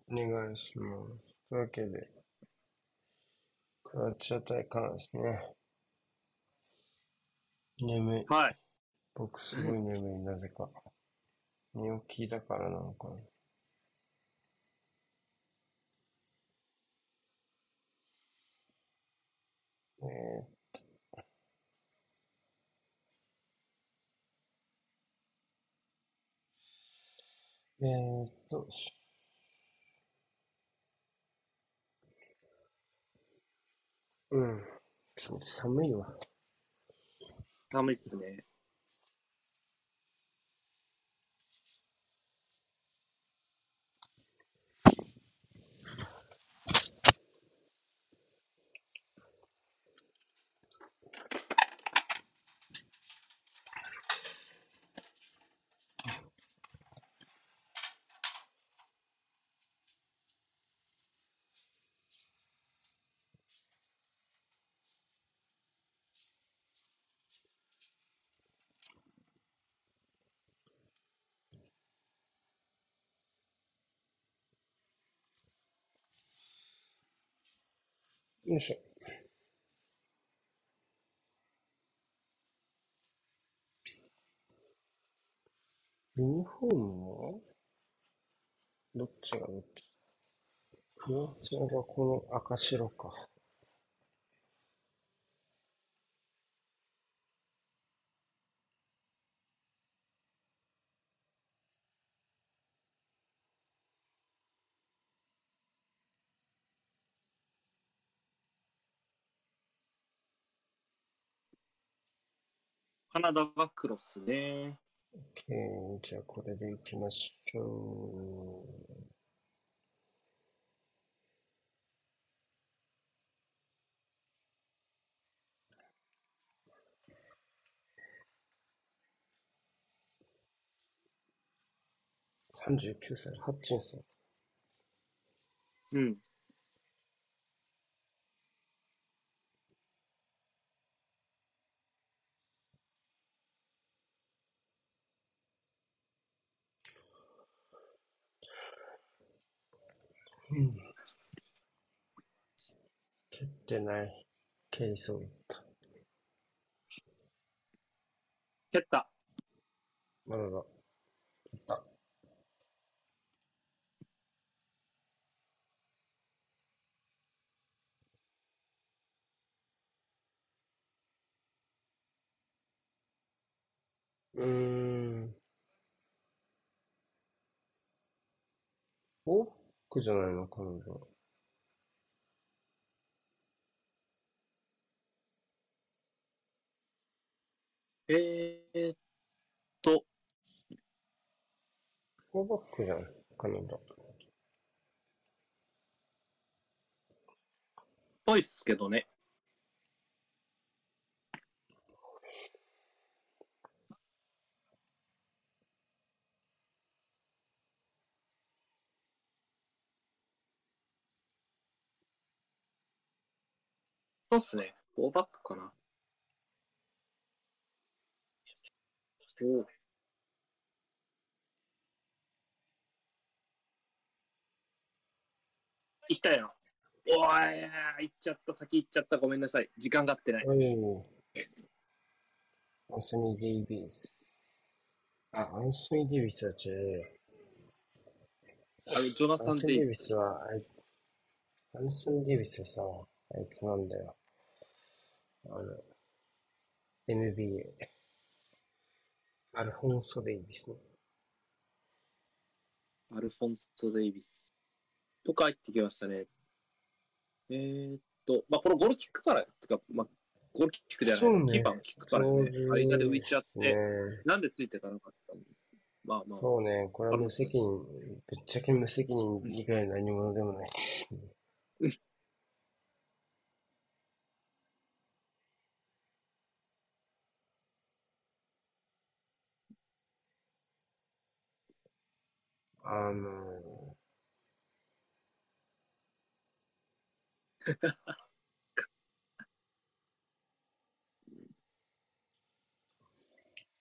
お願いします。というわけで、クロアチア対カナですね。眠い。 はい。 僕すごい眠い、なぜか。寝起きだからなのかな。えーっと、うん。ちょっと寒いわ。 寒いっすね。 よいしょ。ユニフォームはどっちがどっち？クロアチアがこの赤白か。 カナダが黒っすね。 OK。じゃあこれでいきましょう。39歳、ハッチンソン。 うん。 うん。蹴ってない。蹴りそうだった。 蹴った。 まだだ。蹴った。うーん。フォークじゃないの、彼女。 えーっと、 フォーバックじゃん、彼女。 ぽいっすけどね。そうっすね。4バックかな。お行ったよ。おーい、行っちゃった。先行っちゃった。ごめんなさい。時間が合ってない。 おい、アンソニー・デイビス。あ、アンソニー・デイビスは違う。 ジョナサン・アンソニー・デイデイビス。 ビスは、アンソニー・デイビスはさ、あいつなんだよ。NBA。アルフォンソ・デイビスね。 アルフォンソ・デイビス。とか入ってきましたね。まあ、このゴールキックから、てか、まあ、ゴールキックではないな。 そうね。 キーパーのキックから上ね、間で浮いちゃっ手ですて、 ね。 なんでついていかなかったの？まあまあ、 そうね。これはあるんです。 無責任。ぶっちゃけ無責任以外何者でもないですね。あの、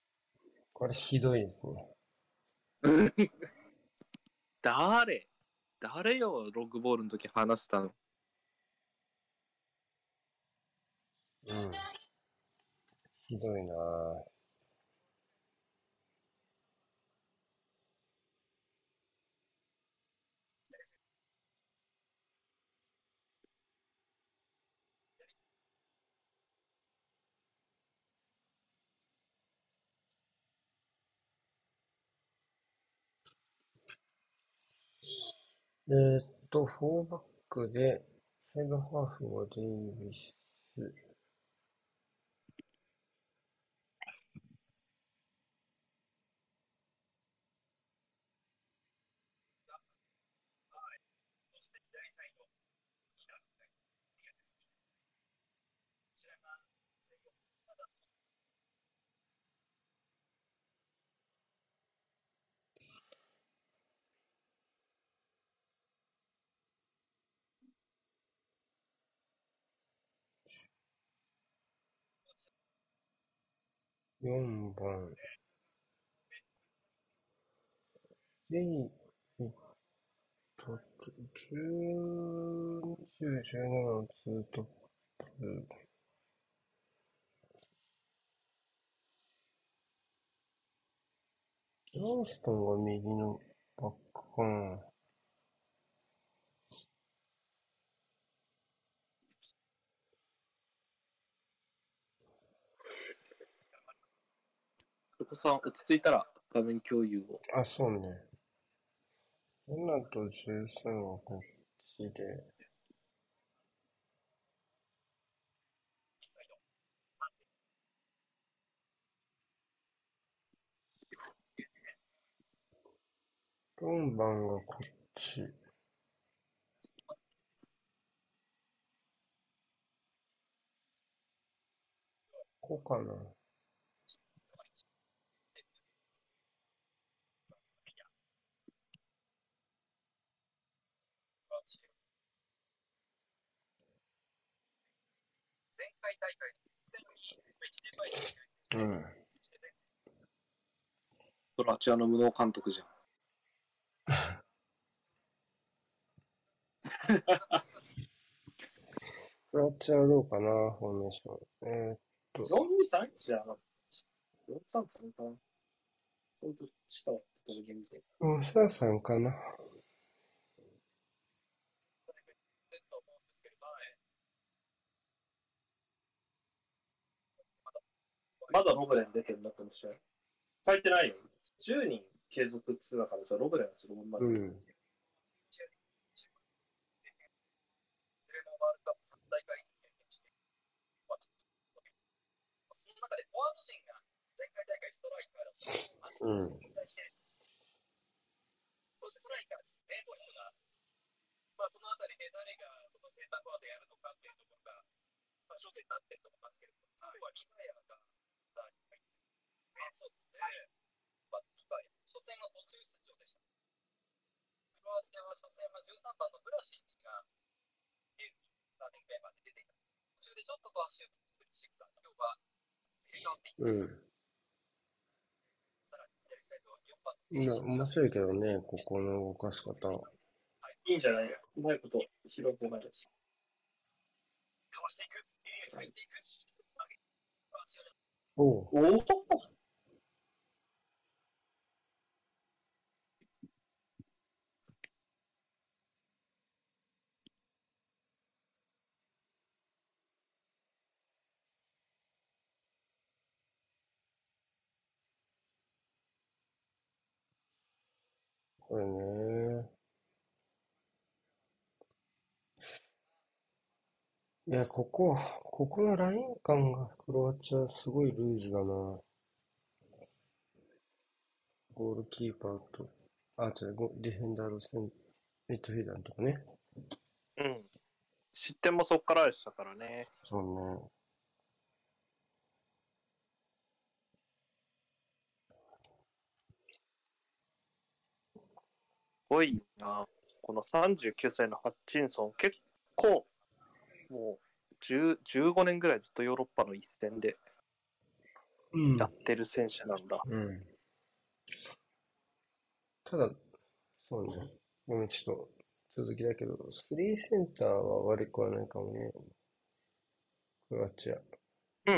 これひどいですね。 誰？ 誰よ、ロングボールの時話したの。 うん。ひどいなぁ。フォーバックで、サイドハーフはデイビス。4番、デイビと、10、20、17のツートップ。ジョンストンが右のバックかな。 お子さん落ち着いたら画面共有を。 あ、そうね。7と13はこっちで、4番がこっち。こうかな。うん。 クロアチアの無能監督じゃん。 クロアチアはどうかな、フォーメーション。 4-2-3じゃなかった。4-3-3かな。そのどっちかだったと思うて。 大沢さんかな。 まだロブレン出てるんだったら試合。書いてないよ。10人継続通話からじゃロブレンするもんまで。 うん。うん。うん。面白いけどね、ここの動かし方。 いいんじゃないうまいこと拾ってない。 おう。 おおこれね。いや、ここのライン感がクロアチアすごいルーズだな。ゴールキーパーと、ディフェンダーのミッドフィールダーのとこね。 うん。失点もそっからでしたからね。 そうね。 すごいな。この39歳のハッチンソン、結構、もう15年ぐらいずっとヨーロッパの一戦でうん。 やってる選手なんだ。 うん。ただ、そうね。ごめん、ちょっと続きだけど、スリーセンターは悪くはないかもね。クロアチア。 うん。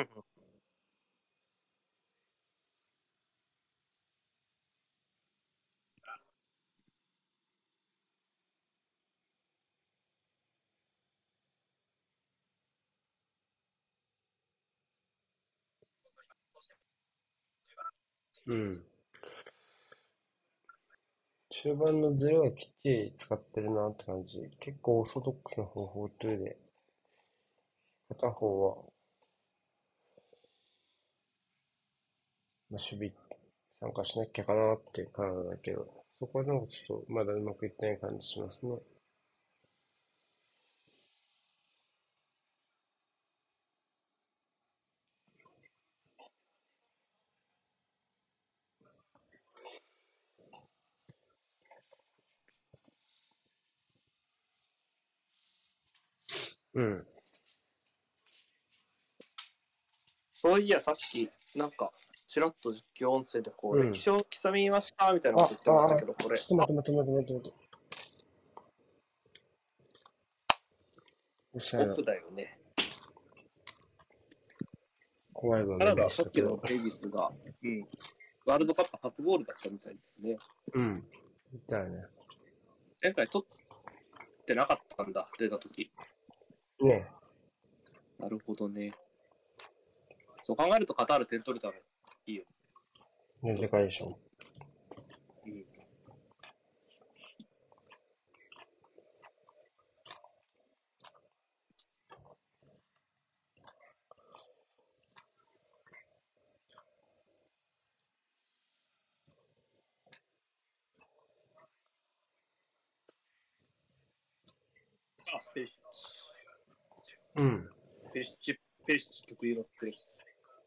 うん。中盤のズレはきっちり使ってるなって感じ。結構オーソドックスな方法とで、片方は、まあ、守備参加しなきゃかなって感じだけど、そこはなんかちょっとまだうまくいってない感じしますね。うん。 そういや、さっき、なんか、ちらっと実況音声でこう、 うん。 歴史を刻みましたみたいなことあ、 言ってましたけど、これ、 ちょっと待って待って待って待って待って。おしゃれ。 オフだよね。 怖い場面カナダはでしたけど。 さっきのデイビスが、うん、ワールドカップ初ゴールだったみたいですね。 うん。みたいね。 前回取ってなかったんだ、出た時。 ねなるほどね。そう考えるとカタール点取れたらいいよ。 え。でかいでしょ。 うん。あ、 うん。 ペリシッチ得意のクロス。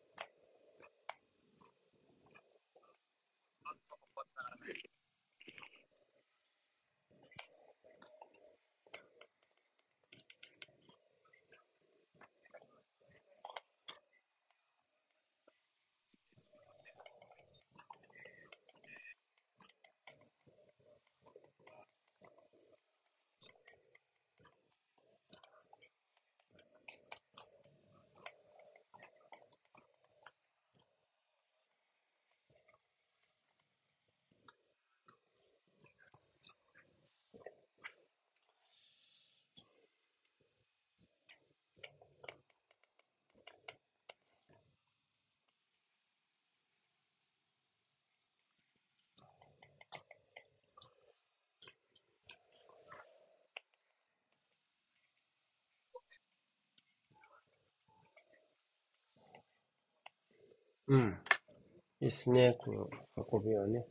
うん。いいっすね、この運びはね。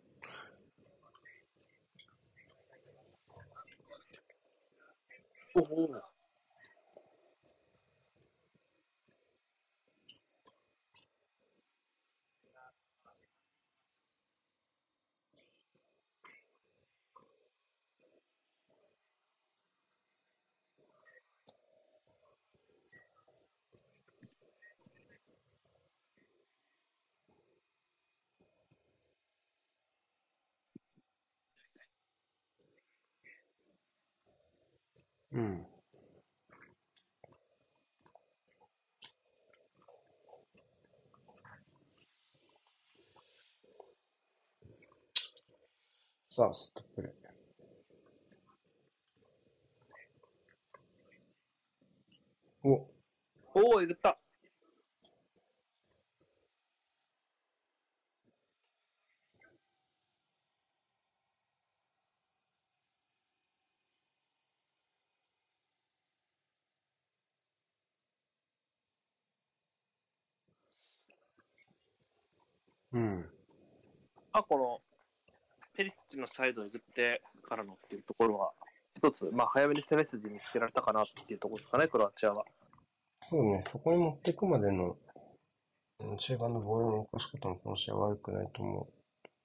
おお。 うん。さあ、ストップで。お、 おお、えぐった。 うん。 あ、このペリシッチのサイドを打ってからのっていうところは、一つ、まあ、早めに攻め筋見つけられたかなっていうところですかね、クロアチアは。 そうね、そこに持っていくまでの中盤のボールの動かし方のこの試合は悪くないと思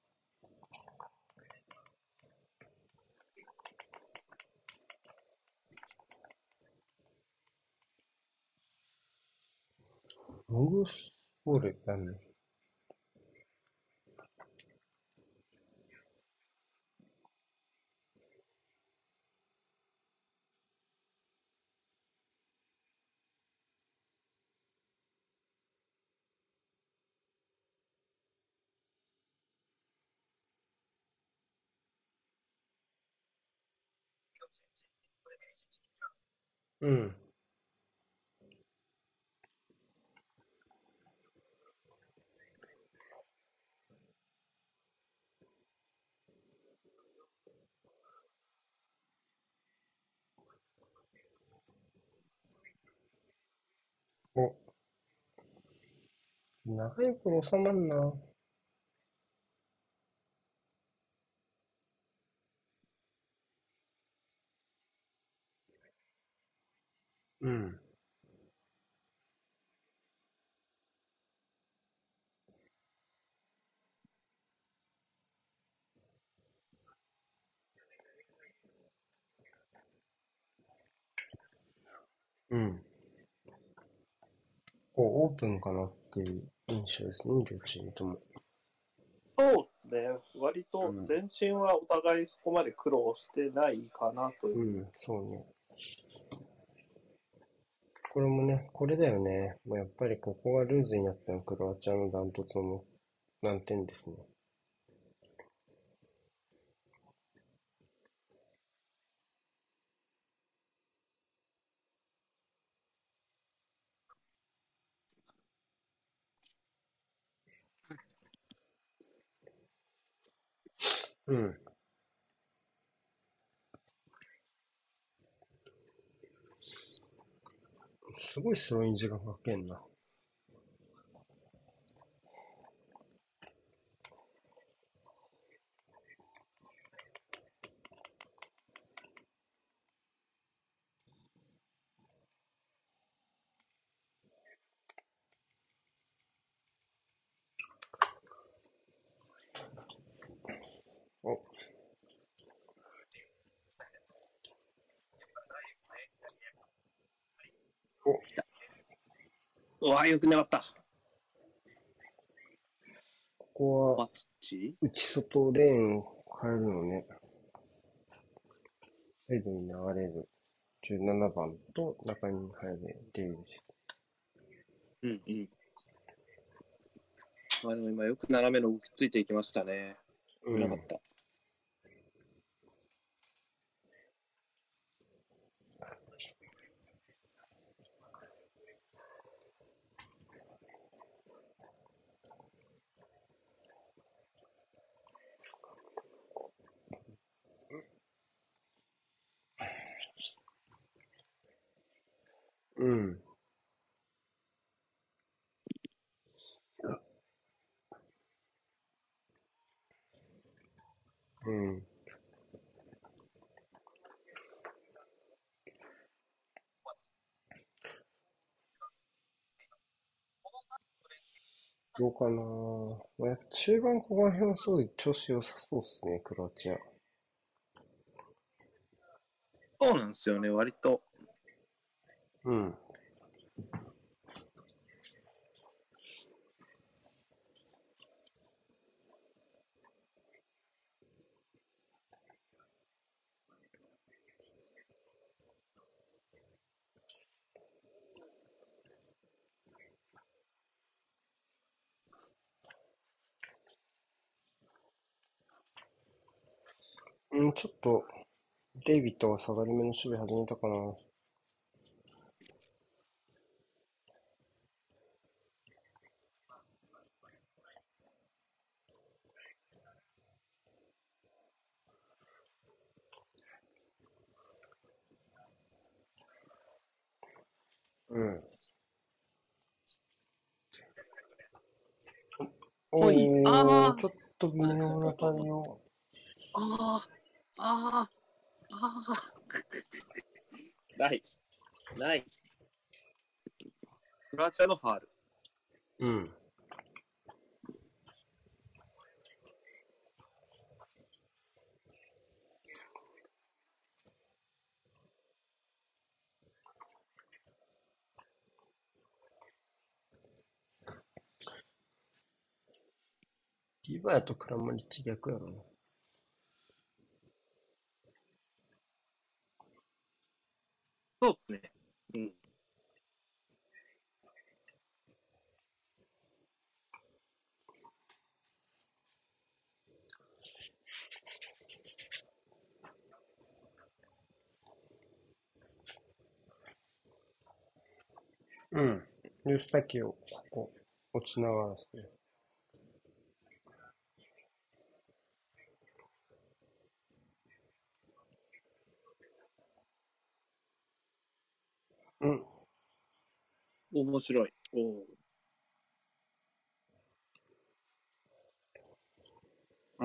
う。ロングボールやんね。 うん。お、長い頃収まんな。うん。うん。こう、オープンかなっていう印象ですね、両チームとも。 そうですね。割とうん。 前進はお互いそこまで苦労してないかなという。 うん、そうね。これもね、これだよね。もうやっぱりここがルーズになったのはクロアチアのダントツの難点ですね。うん。すごいスローイン時間かけんな。お、お、 うわ、よく粘った。 ここはバチッチ内外レーンを変えるのね。サイドに流れる17番と中に入るデイビス。 うんうん。まあでも今よく斜めの動きついていきましたね。 うん。 危なかった。 うん。うん。どうかな。まあ、やっぱ中盤ここら辺はすごい調子良さそうですね、クロアチア。 そうなんですよね、割と。 うん。うん、ちょっと、デイビッドが下がり目の守備始めたかな。うん。 ほい。 おー、ちょっと微妙な対応。 ああ、ああ、ああ。ない、ない。クロアチアのファール。 うん。リバヤとクラマリッチ逆やろな。 そうですね。うん。 うん。ユースタキをここ、落ちながらですね。うん。 面白い。おお。 うん。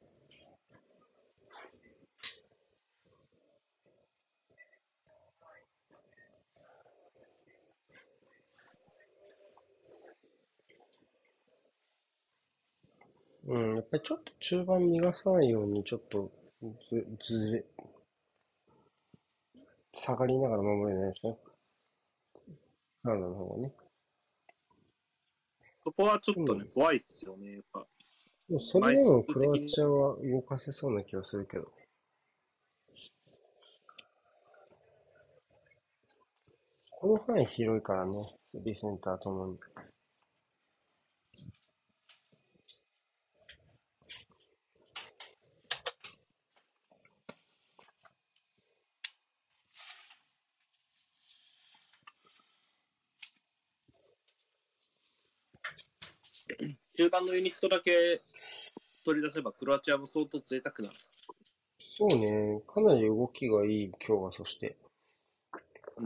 うん。やっぱりちょっと中盤逃がさないように、ちょっとずれ、下がりながら守れないですね。カナダの方がね。 そこはちょっでも、 とね、怖いっすよね。やっぱ、 それ枚数でもクロア的に。 チアは動かせそうな気がするけど。この範囲広いからね。リセンターともに。 中盤のユニットだけ取り出せば、クロアチアも相当贅沢なる。 そうね。かなり動きがいい今日はそして。 うん。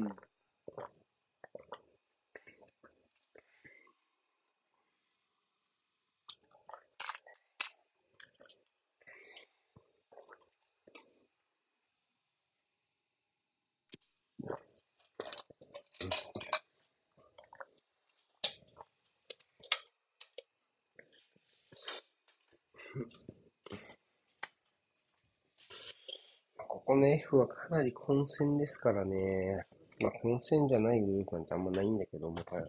ここの F はかなり混戦ですからね。まあ混戦じゃないグループなんてあんまないんだけど、もはや。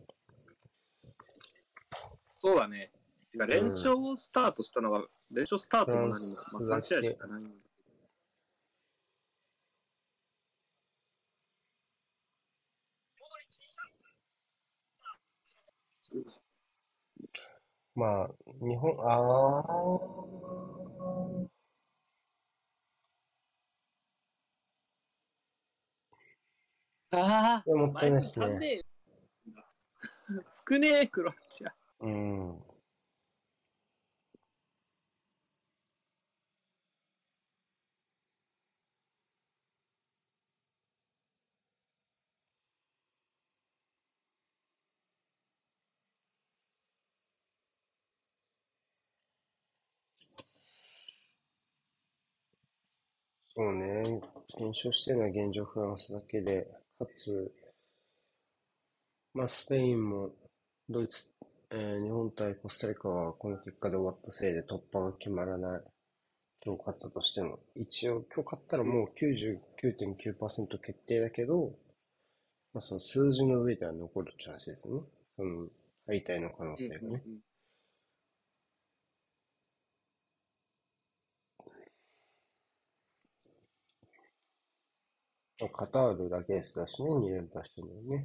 そうだね。連うん。 勝スタートしたのが、連勝スターフトも何も、 ランスまあ3試合しだけ。 かないんだけど。 まあ、日本、 ああ、 いや、もったいないで枚数すね。 足んねえ。少ねえ、クロアチア。 うん。そうね。減少してるのは現状フランスだけで、かつ、まあ、スペインも、ドイツ、日本対コスタリカはこの結果で終わったせいで突破が決まらない。今日勝ったとしても、一応今日勝ったらもう99.9%決定だけど、まあ、その数字の上では残るって話ですよね。その敗退の可能うん性がね。 うんうん。 カタールだけですだしね、2連覇してるのね。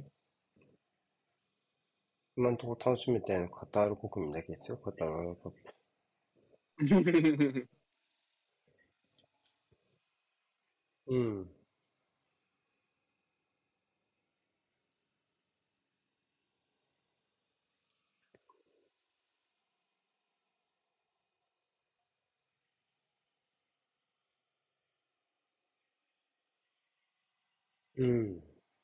今のところ楽しめてないのはカタール国民だけですよ、カタールワールドカップ。うん、うん。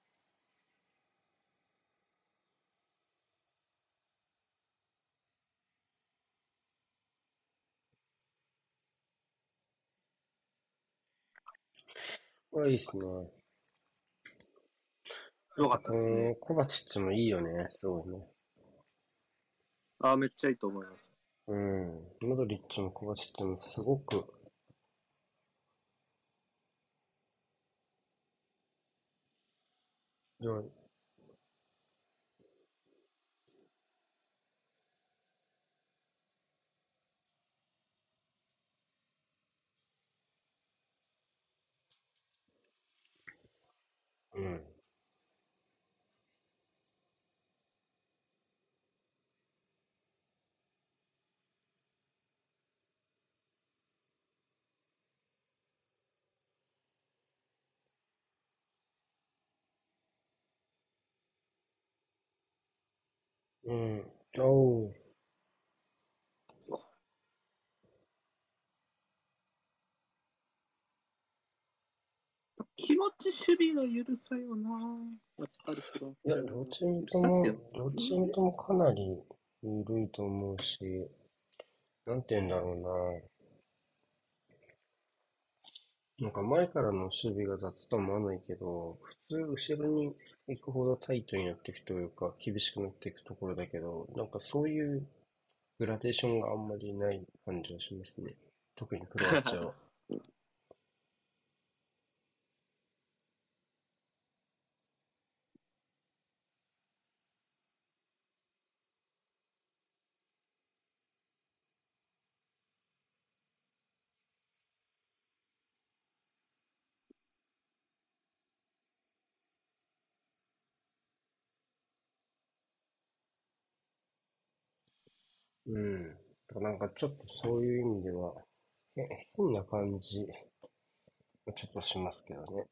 これいいっすね。やっよかぱこったっすね。 のコバチッチもいいよね、すごいね。 ああ、めっちゃいいと思います。 うん。モドリッチもコバチッチもすごく、良い。うん。 うん。おう。 気持ち守備の緩さよな。やっぱりクロいや、 アチアは。 両チーム許とも、 されてよ。 両チームともかなり緩いと思うし、なんて言うんだろうな。なんか前からの守備が雑とは思わないけど、普通後ろに行くほどタイトになっていくというか、厳しくなっていくところだけど、なんかそういうグラデーションがあんまりない感じがしますね。特にクロアチアは。うん。なんかちょっとそういう意味では、変な感じがちょっとしますけどね。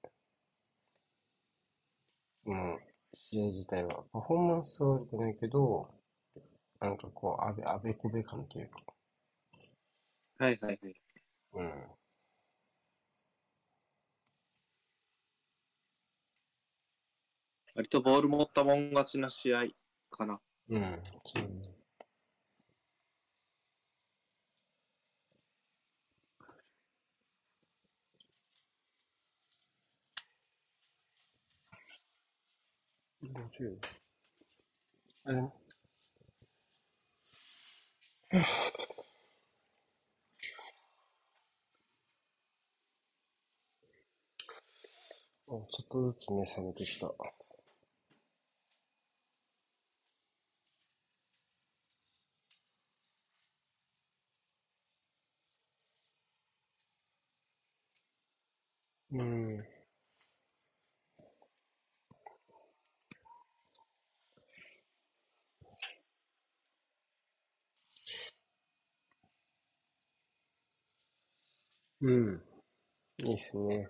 うん。試合自体は。パフォーマンスは悪くないけど、なんかこう、あべこべ感というか。 はいはいはい。 うん。 割とボール持ったもん勝ちな試合かな。 うん。そうね。50? あ、ちょっとずつ目覚めてきた。うん。うん。いいっすね。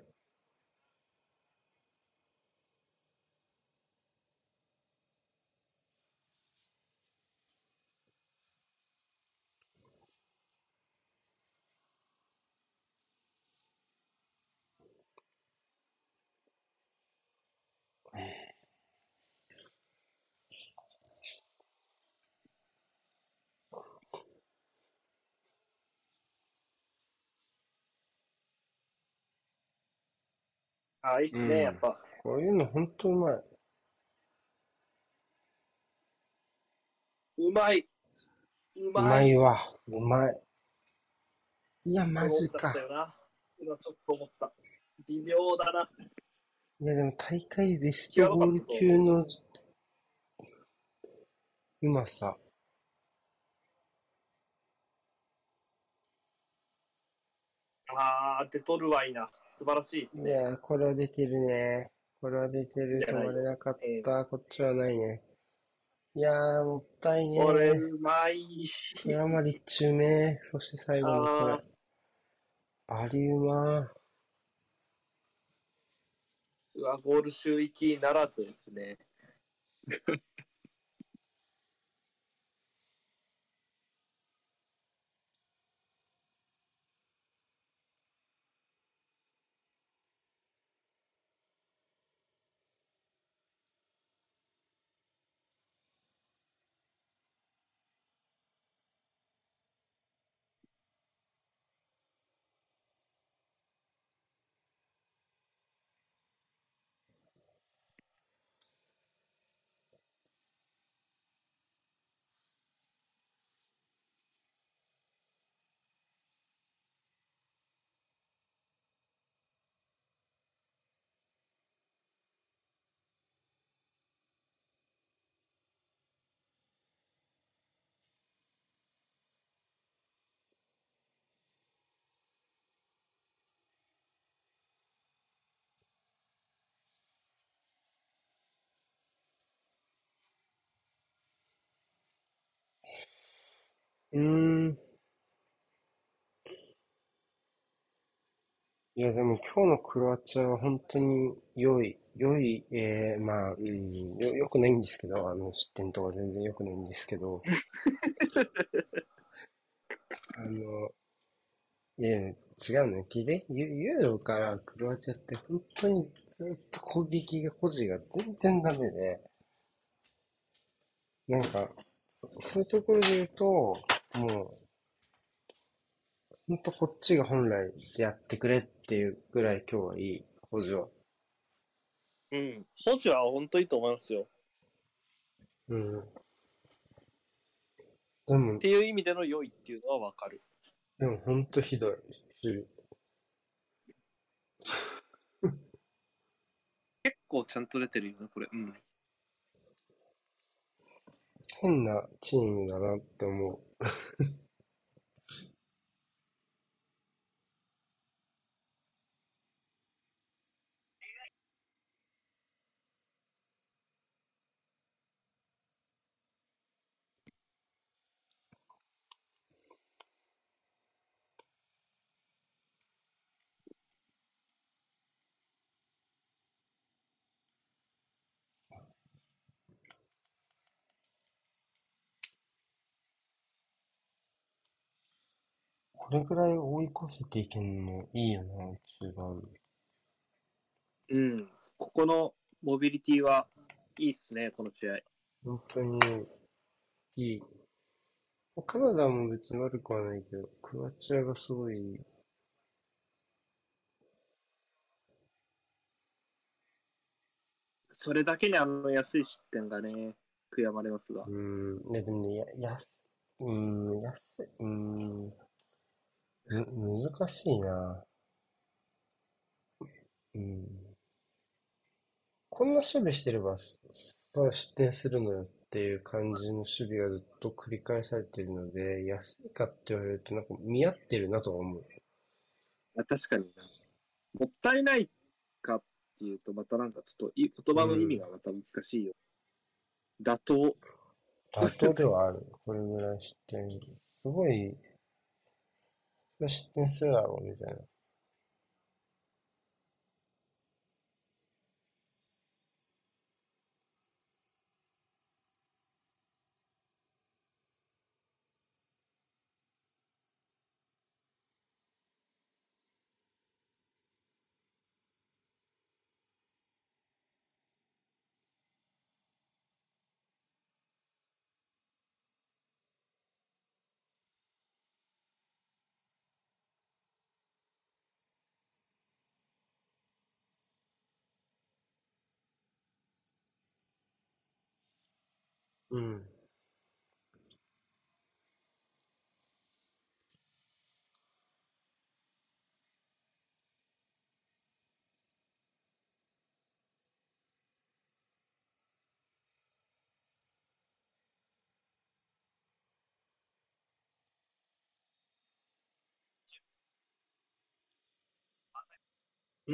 あ、いいっすね、やっうん。 ぱ。 こういうのほんとうまい。 うまい。ううまい。 まいわ。うまい。いや、マドローだったジか。 よな。今ちょっと思った。微妙だな。 いや、でも大会ベスト際どかゴールったと思う。 級のうまさ。 あー、デトルワイな。素晴らしいですね。 いや、これは出てるね。これは出てる。止じゃないよ。 まれなかっうん。 た。こっちはないね。いやー、もったいこれ、 ねうまい。 ー。クラマリッチうめえ。そして最後のこれ。 あバリうまー。 ー、うわ、ゴール周域ならずですね。 うーん。 いや、でも今日のクロアチアは本当に良い、まあ、良くないんですけど、失点とか全然良くないんですけど、あの、いや、違うの。ユーロからクロアチアって本当にずっと保持が全然ダメで、なんか、そういうところで言うと、もう、本当こっちが本来やってくれっていうぐらい今日はいい、保持は。 うん。保持は本当にいいと思いますよ。っうん。でも、 ていう意味での良いっていうのはわかる。 でも本当ひどい。守結構ちゃんと出てるよね、これ。うん。 変なチームだなって思う。これぐらい追い越せていけんのいいよな、中盤。 うん。ここのモビリティはいいっすね、この試合。 本当にいい。カナダも別に悪くはないけど、クロアチアがすごい、 それだけに安い失点がね、悔やまれますが。 ね、でもね、難しいな。うん。こんな守備してれば、失点するのよっていう感じの守備がずっと繰り返されているので、安いかって言われるとなんか見合ってるなとは思う。 確かにな。もったいないかっていうと、またなんかちょっと言葉の意味うん。 がまた難しいよ。妥当。 妥当ではある。これぐらい失点。すごい、失点するだろうみたいな。うん。うん。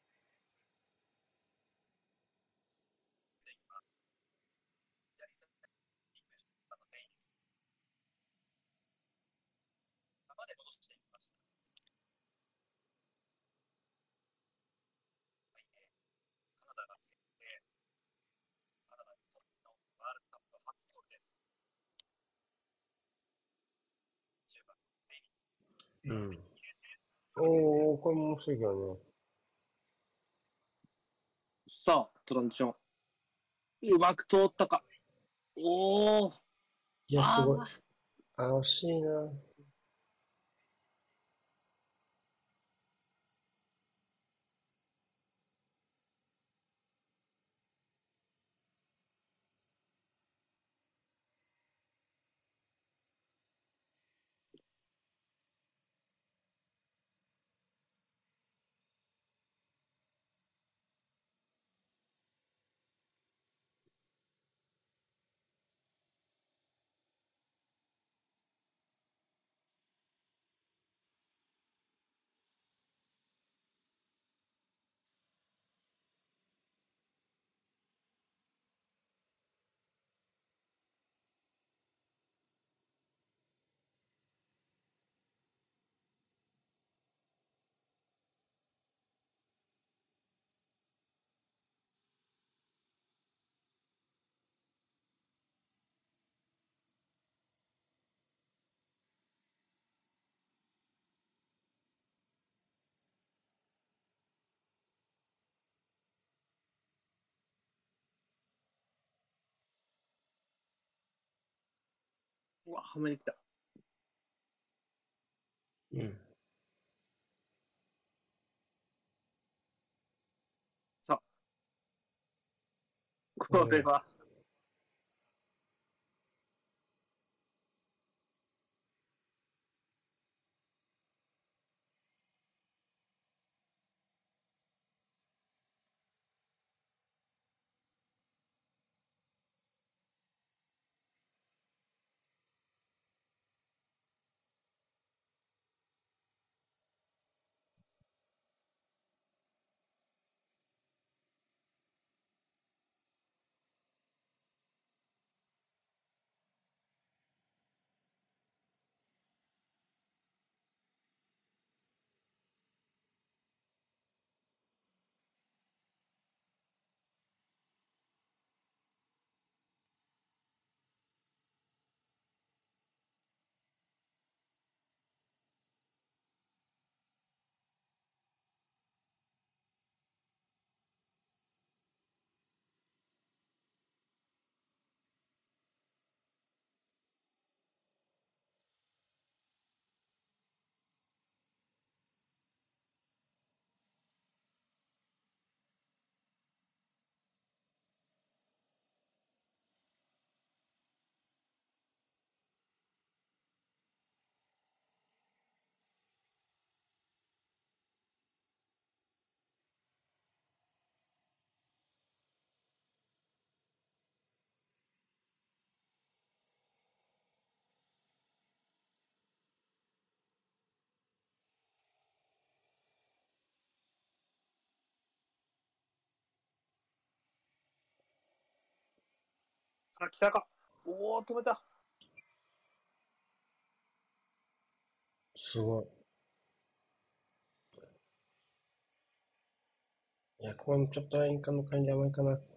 うん。おー、これも面白いけどね。 さあ、トランジション。うまく通ったか。おー。 いや、すごい。 ああ。 あ、惜しいな。 うわ、はめに来た。 うん。 さあ、 うん。 これは、さあ、来たか。おお、止めた。 すごい。いや、これもちょっとライン間の感じ甘いかな。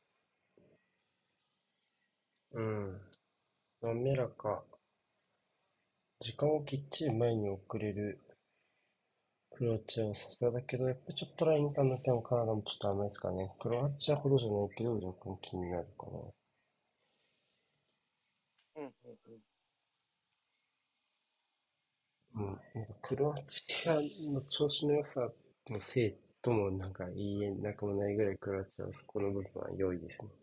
うん。滑らか。時間をきっちり前に送れるクロアチアはさすがだけど、やっぱちょっとライン間の点もカナダもちょっと甘いですかね。クロアチアほどじゃないけど、若干気になるかな。 うんうんうん。 うん。なんかクロアチアの調子の良さのせいともなんか言えなくもないぐらいクロアチアはそこの部分は良いですね。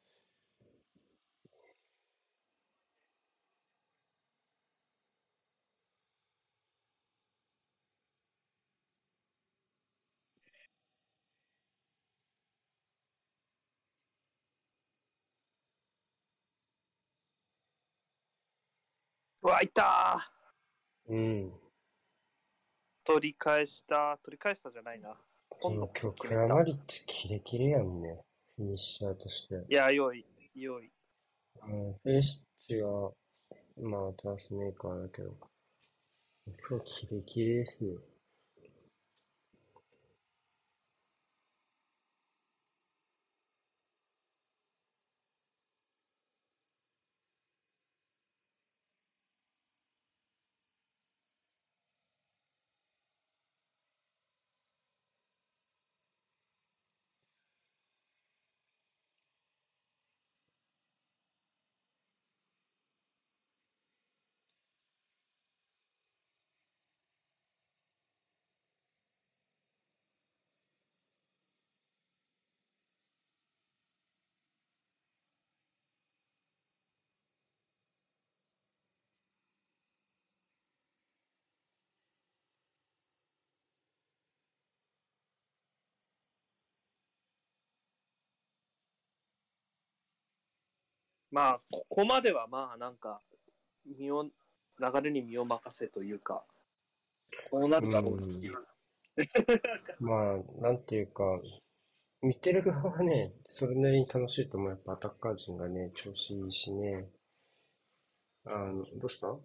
うわ、いったー。 うん。 取り返したじゃないな。今度こそその今日決めた。 クラマリッチキレキレやんね。フィニッシャーとして。 いや、良い、良い。 うん、フェリシッチが、まあ、トラスメーカーだけど、今日キレキレですね。 まあ、ここまではまあ、なんか、身を、流れに身を任せというか、こうなうるだろうなっていん。 う。 まあ、なんていうか、見てる側はね、それなりに楽しいと思う。やっぱアタッカー陣がね、調子いいしね。どうしたア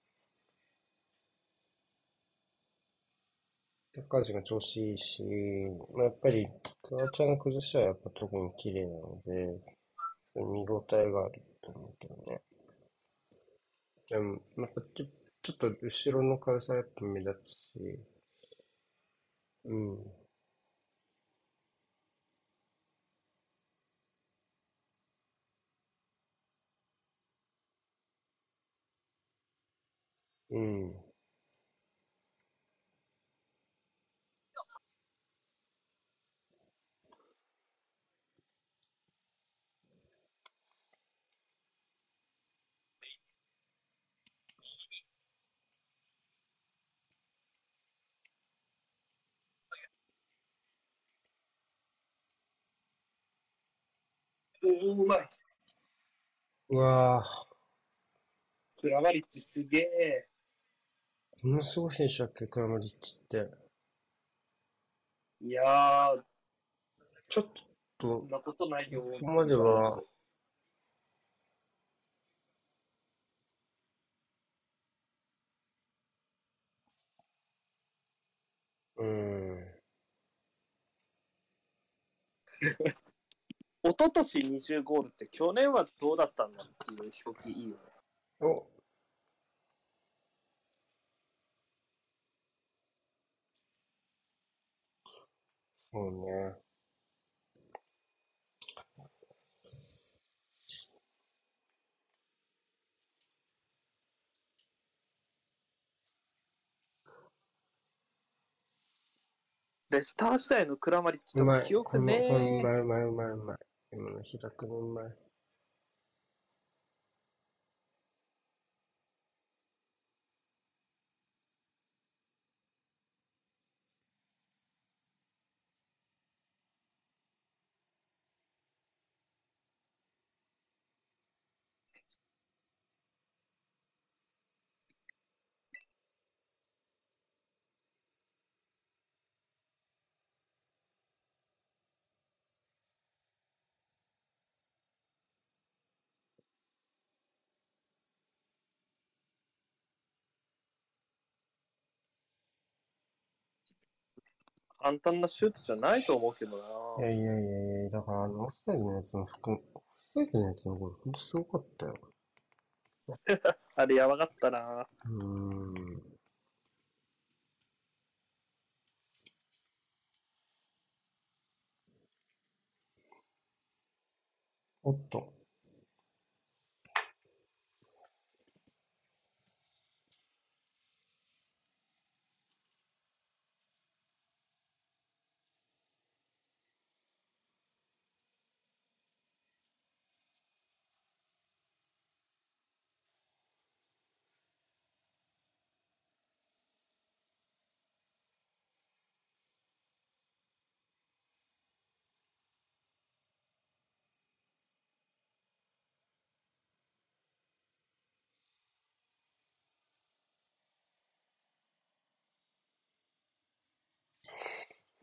タッカー陣が調子いいし、まあ、やっぱり、クロアチアの崩しはやっぱ特に綺麗なので、見応えがあると思うけどね。でも、なんかちょっと後ろの軽さやっぱ目立つし、うん。 うん。 うまい。 うわぁ、 クラマリッチすげえ。 こんなすごい選手だっけ、クラマリッチって。 いやー、 ちょっと、 そんなことないよ、 ここまみたいな。 では、うん。 一昨年20ゴールって去年はどうだったんだっていう表記いいよね。 お、そうね。 レスター時代のクラマリッチとかうまい。 記憶ねこのうえ。 まい、うまい、うまい、うまい。今の開くのうまい。 簡単なシュートじゃないと思うけどな。 いやいやいやいや、だからオフサイドのやつの含む、オフサイドのやつのゴール、ほんとすごかったよ。 あれやばかったな。 うーん。おっと。うん。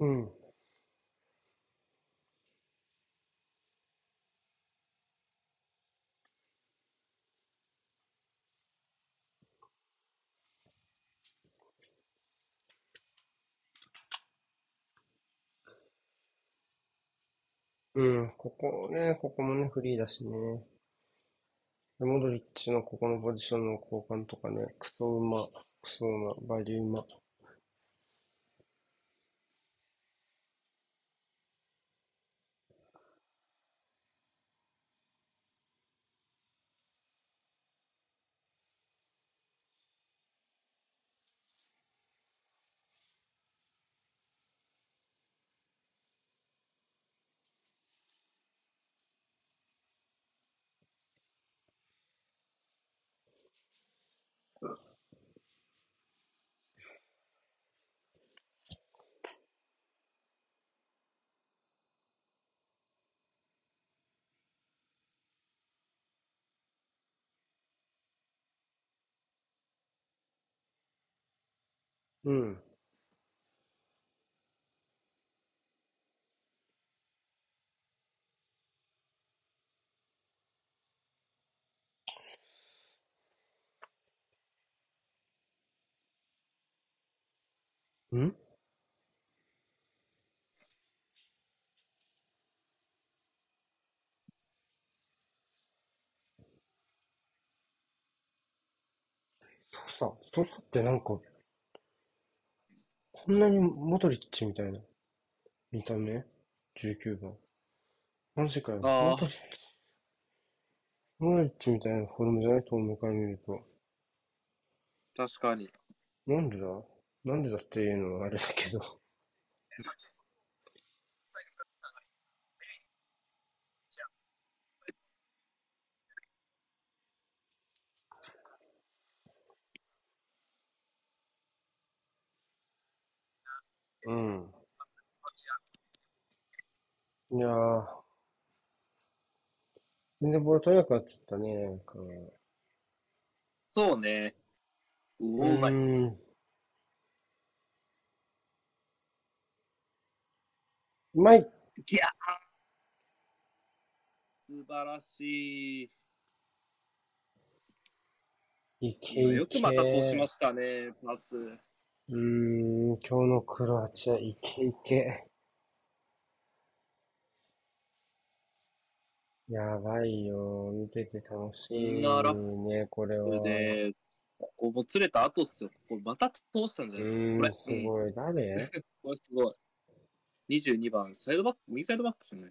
うん。ここね、ここもね、フリーだしね。でモドリッチのここのポジションの交換とかね、クソうま、クソうま、バリうま。うん。んソサってなんか、こんなにモドリッチみたいな見た目 ?19 番。マジかよ。 ああ、 モドリッチみたいなフォルムじゃないと思うから見ると。 確かに。 なんでだなんでだっていうのはあれだけど。うん。いやー、全然ボール取れなくなっちゃったね。なんかそうね。 うーうまい。 ん。うまい。 いや、素晴らしい。 いけ今、 いよくまた通しまけ。 したね、パス。 今日のクロアチア、いけいけ。やばいよ。見てて楽しみんなラッいね、これプは。 で、ここもつれた後っすよ。ここまた通したんじゃないですか。これ。うん。 すごい。誰？ これすごい。22番、サイドバック、右サイドバックじゃない。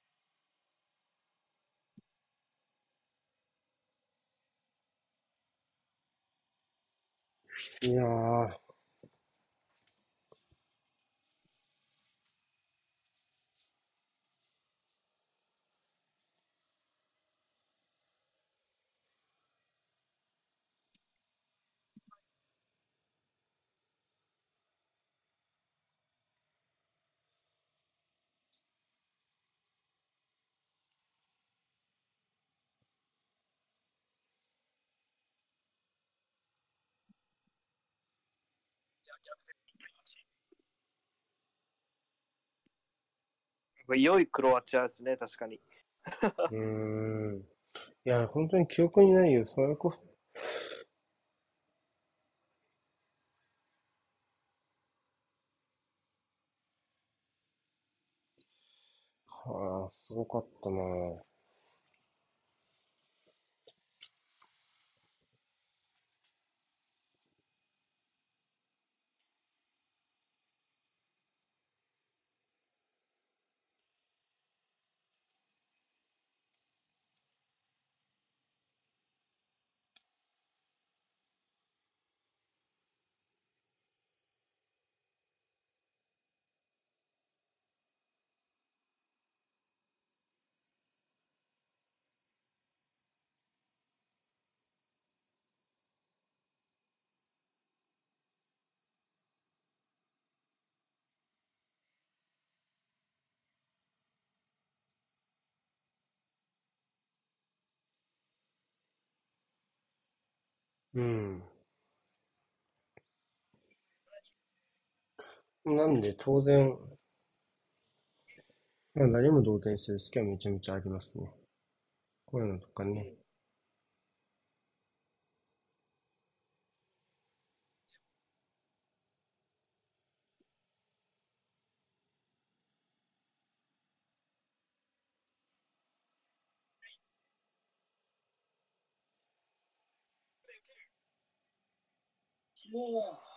いやー、 良いクロアチアですね、確かに。 うーん。いや、本当に記憶にないよ。それこそ、すごかったな。うん。なんで、当然、まあ、何も同点する隙はめちゃめちゃありますね。こういうのとかね。 も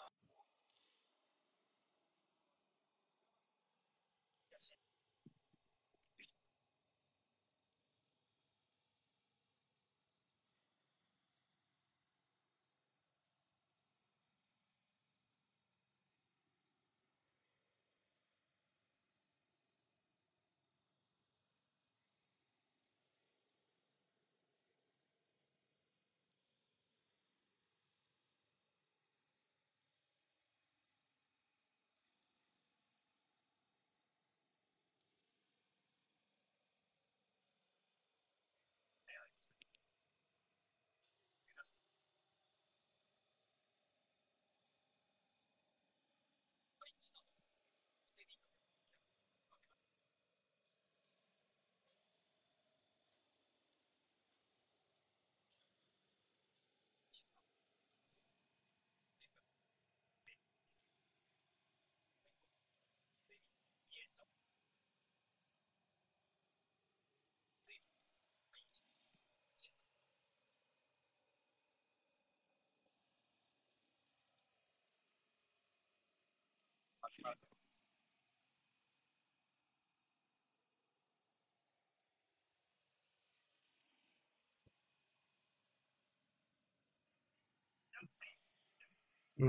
うん。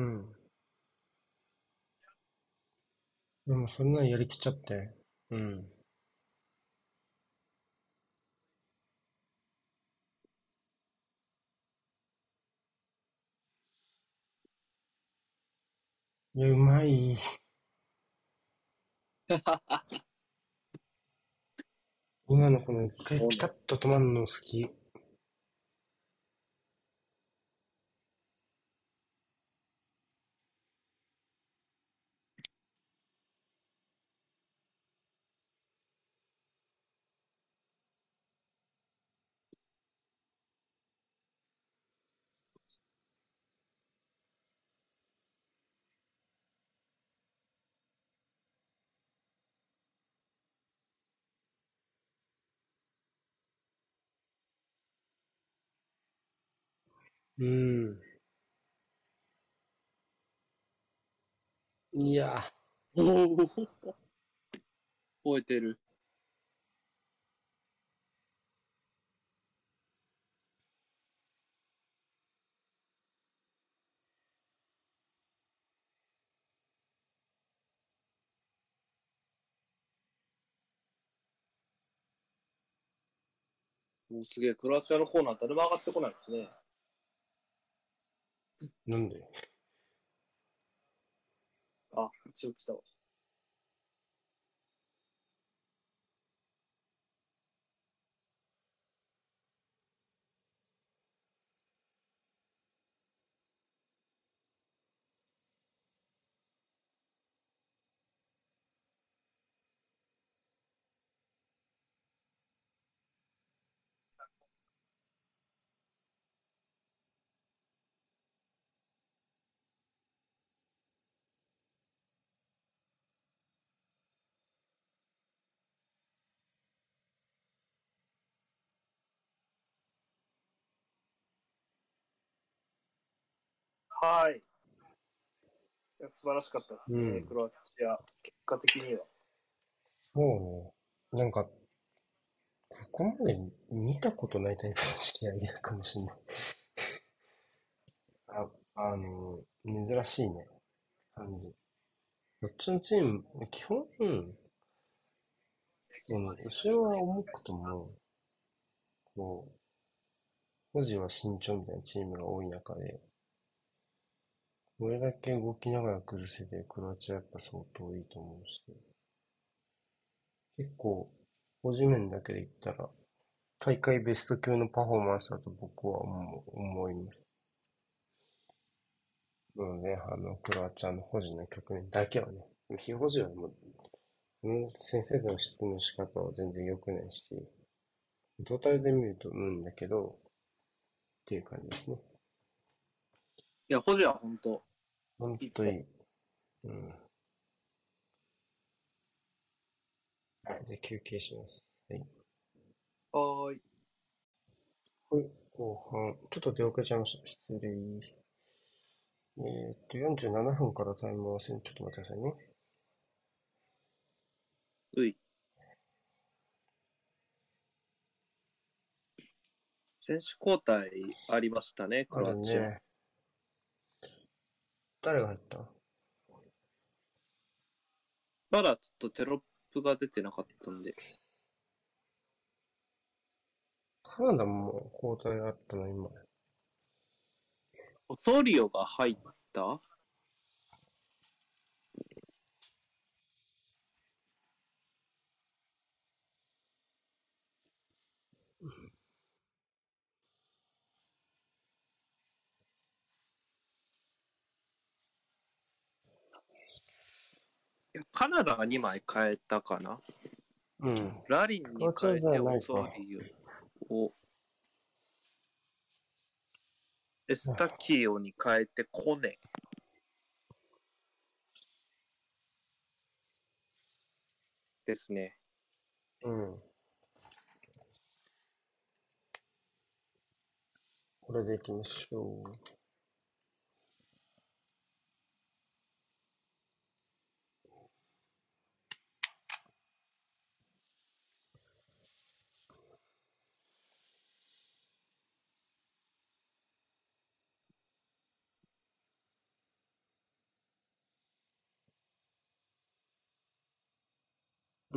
でもそんなんやりきっちゃって。うん。いや、うまい。今のこの一回ピタッと止まるの好き。うん。いや、 おお、覚えてる。もうすげえ、クロアチアのコーナー誰も上がってこないですね。 なんで？ あ、一応来たわ。はい。いや素晴らしかったですね、 うん。 クロアチア。結果的には。 そうね。なんか、ここまで見たことないタイプの試合かもしれない。あ、珍しいね、感じ。どっちのチーム、基本、後ろは重くとも、こ保持は慎重みたいなチームが多い中で、これだけ動きながら崩せて、クロアチアやっぱ相当いいと思うし、結構、保持面だけで言ったら、大会ベスト級のパフォーマンスだと僕は思います。前半のクロアチアの保持の局面だけはね、非保持はもう、先生の失点の仕方は全然良くないし、トータルで見るとだけど、っていう感じですね。 いや、保持は本当、 ほんいいと。 といい。うん。はい、じゃあ休憩します。はい。 はーい。 はい、後半。ちょっと出遅れちゃいました。失礼。47分からタイム合わせにちょっと待ってくださいね。 うい。選手交代ありましたね、クあロアチア。 るね。誰が入った？ まだちょっとテロップが出てなかったんで。 カナダも交代あったの、今。 オトリオが入った。いや、カナダが2枚変えたかな。 うん。 ラリンクロに変えアチアじゃてオトないか。 リオを、エスタキオに変えてコネですね。 うん。これでいきましょうん。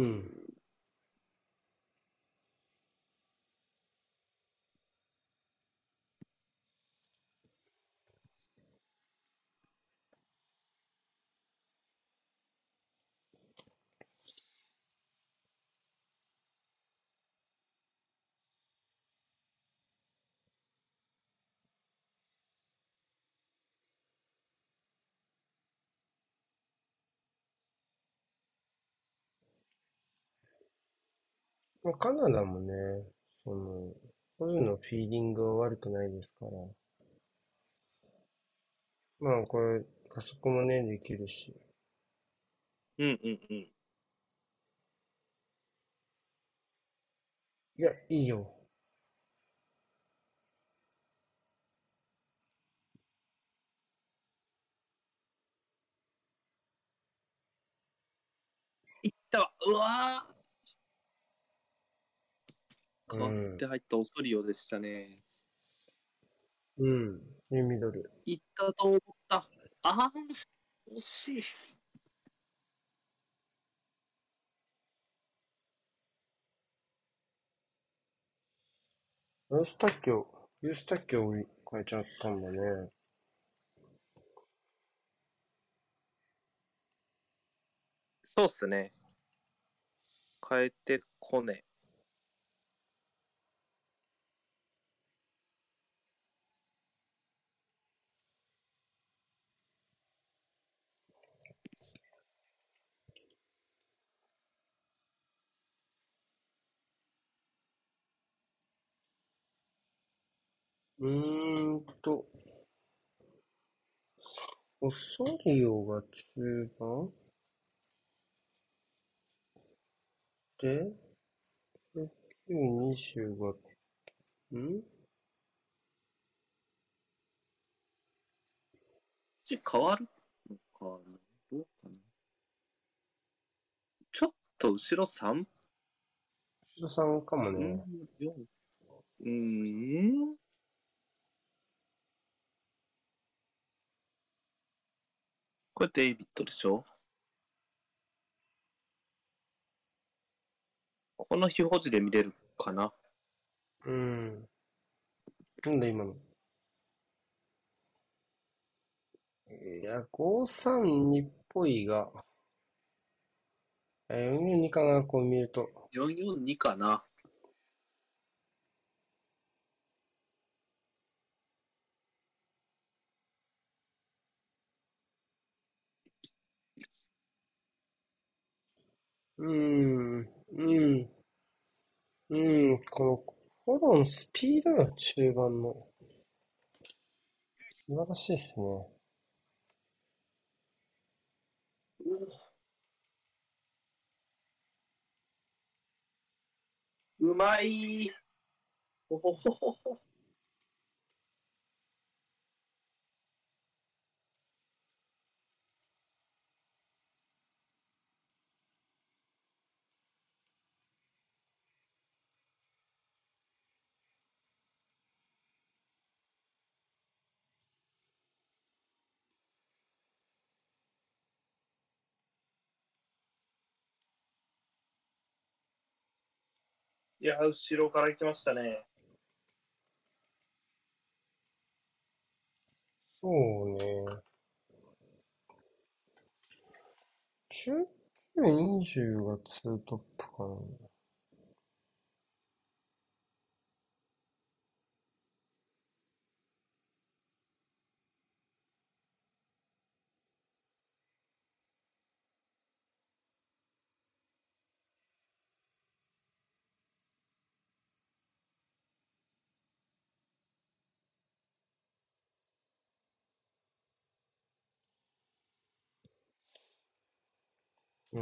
まあカナダもね、その、保持のフィーリングは悪くないですから。まあこれ、加速もね、できるし。 うんうんうん。 いや、いいよ。 いったわ。うわー、変わっうん。 て入ったオソリオでしたね。 うん。いいミドル。 いったと思った。ああ、惜しい。 ユースタッキョを変えちゃったんだね。 そうっすね。変えてこね。 と、オソリオが中盤で、920が、ん変わるのかな、どうかな。ちょっと後ろ 3? 後ろさんかもうん、 ね。 4。これデイビッドでしょ？この非表示で見れるかな？ うん。なんだ今の。いや、532っぽいが、442かな、こう見ると。 442かな。 うん、うん、うん、この、フォローのスピードよ、中盤の。素晴らしいっすね。 うまい。ほほほほほ。いや、後ろから来ましたね。 そうね。1920がツートップかな。うん。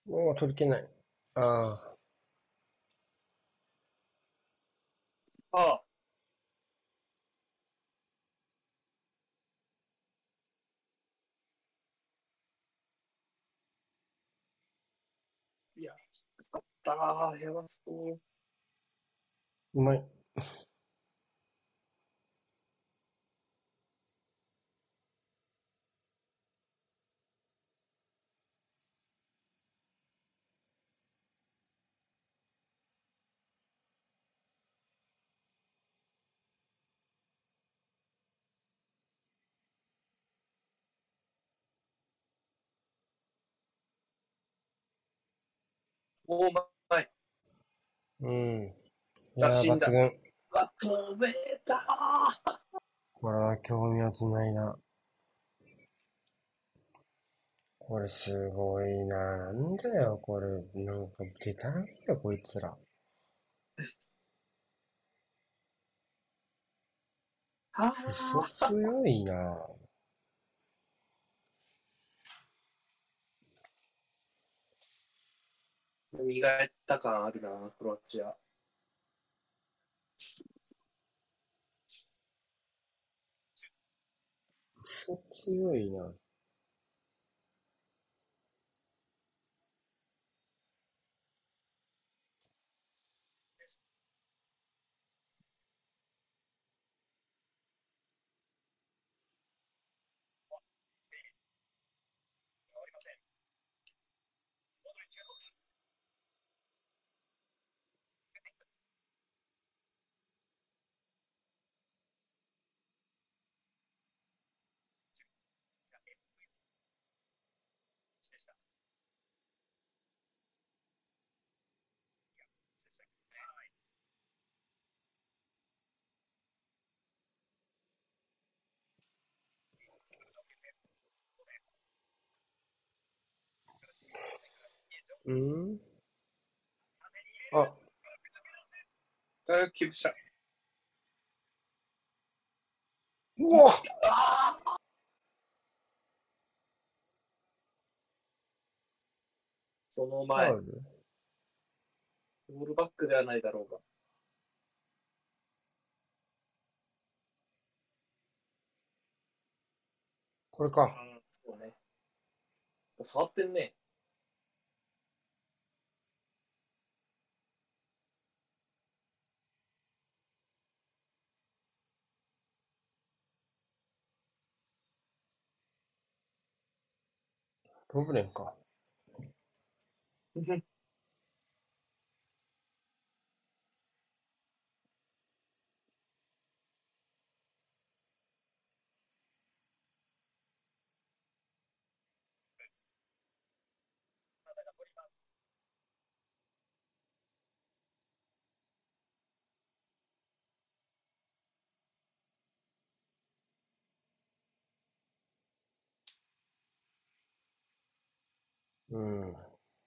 おお、取り切れない。ああ、 あ、いや、よかったー、やばそう。 うまい。 お前、 うん。いやー、 打診だ。 抜群。 わ、止めたー。 これは興味をつないな。これすごいな。なんだよ、これ。なんか、でたらめだ、こいつら。 あクソあ、 強いな。 磨いた感あるな、クロアチア。 クソ強いな。うんあ、 キープした。 うわああ、その前、 ファウルオールバックではないだろうが。 これか。 うん、そうね。触ってんね。 ロブレンか。うん。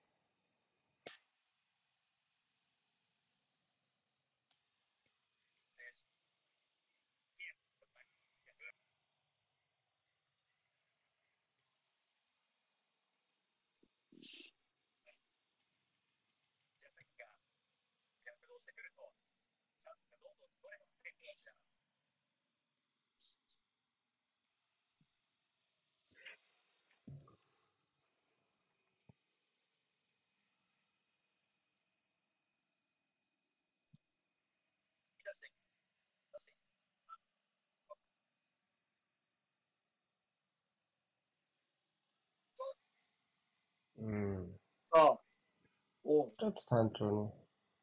うん。 さあ、おう。 ちょっと単調ね。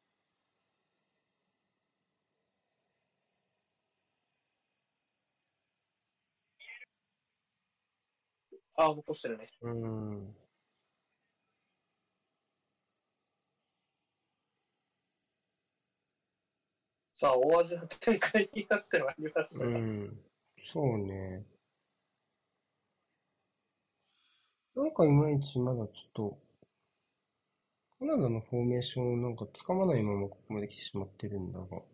ああ、残してるね。 うん。 さあ、大味の展開になってまいりましたが。 うん。そうね。なんかいまいちまだちょっと、カナダのフォーメーションをなんかつかまないままここまで来てしまってるんだが。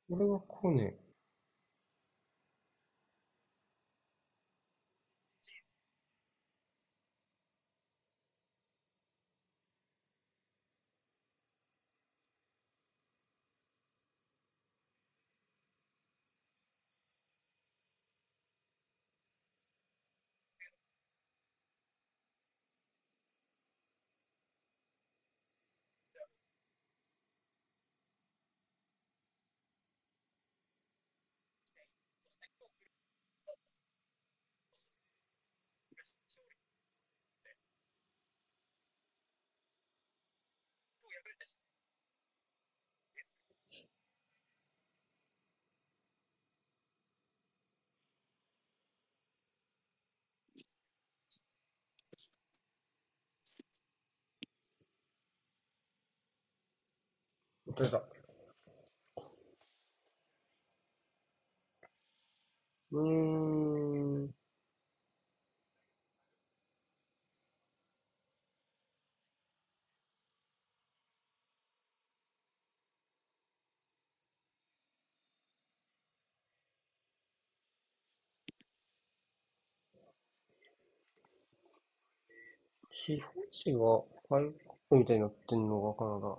これがコネ。出た。うーん。非表示が外国みたいになってんのがカナダ。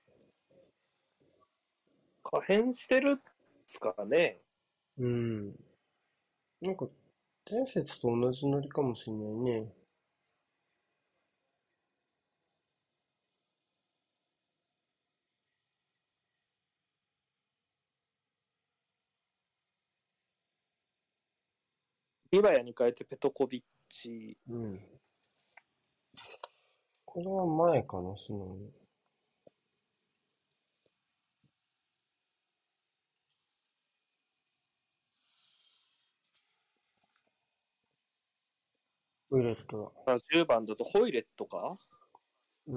可変してるっすかね。 うん。なんか、前節と同じノリかもしれないね。 リバヤに変えてペトコビッチ。 うん。これは前かな、その、ウイレットだ。 10番だとホイレットか。 うん。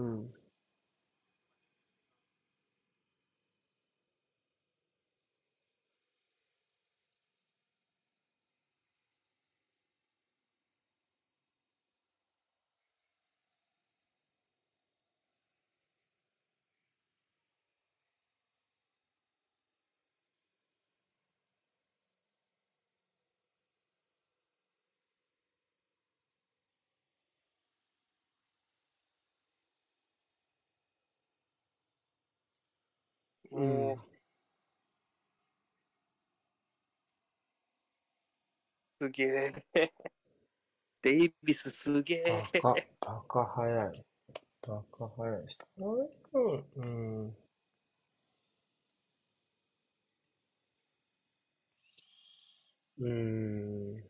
うん。 もう、すげえ。デイビスすげえ。 バカ早い。バカ早い。うん。うん。うーん。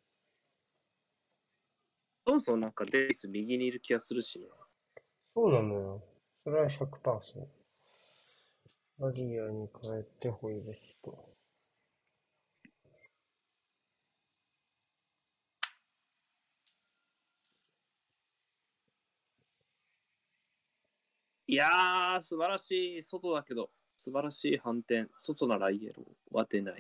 そもそもなんかデイビス右にいる気がするしね。 そうなのよ。それは100%そう。マリアに変えてホイレット。 いやー、素晴らしい。外だけど、素晴らしい反転。外ならイエローは出ない。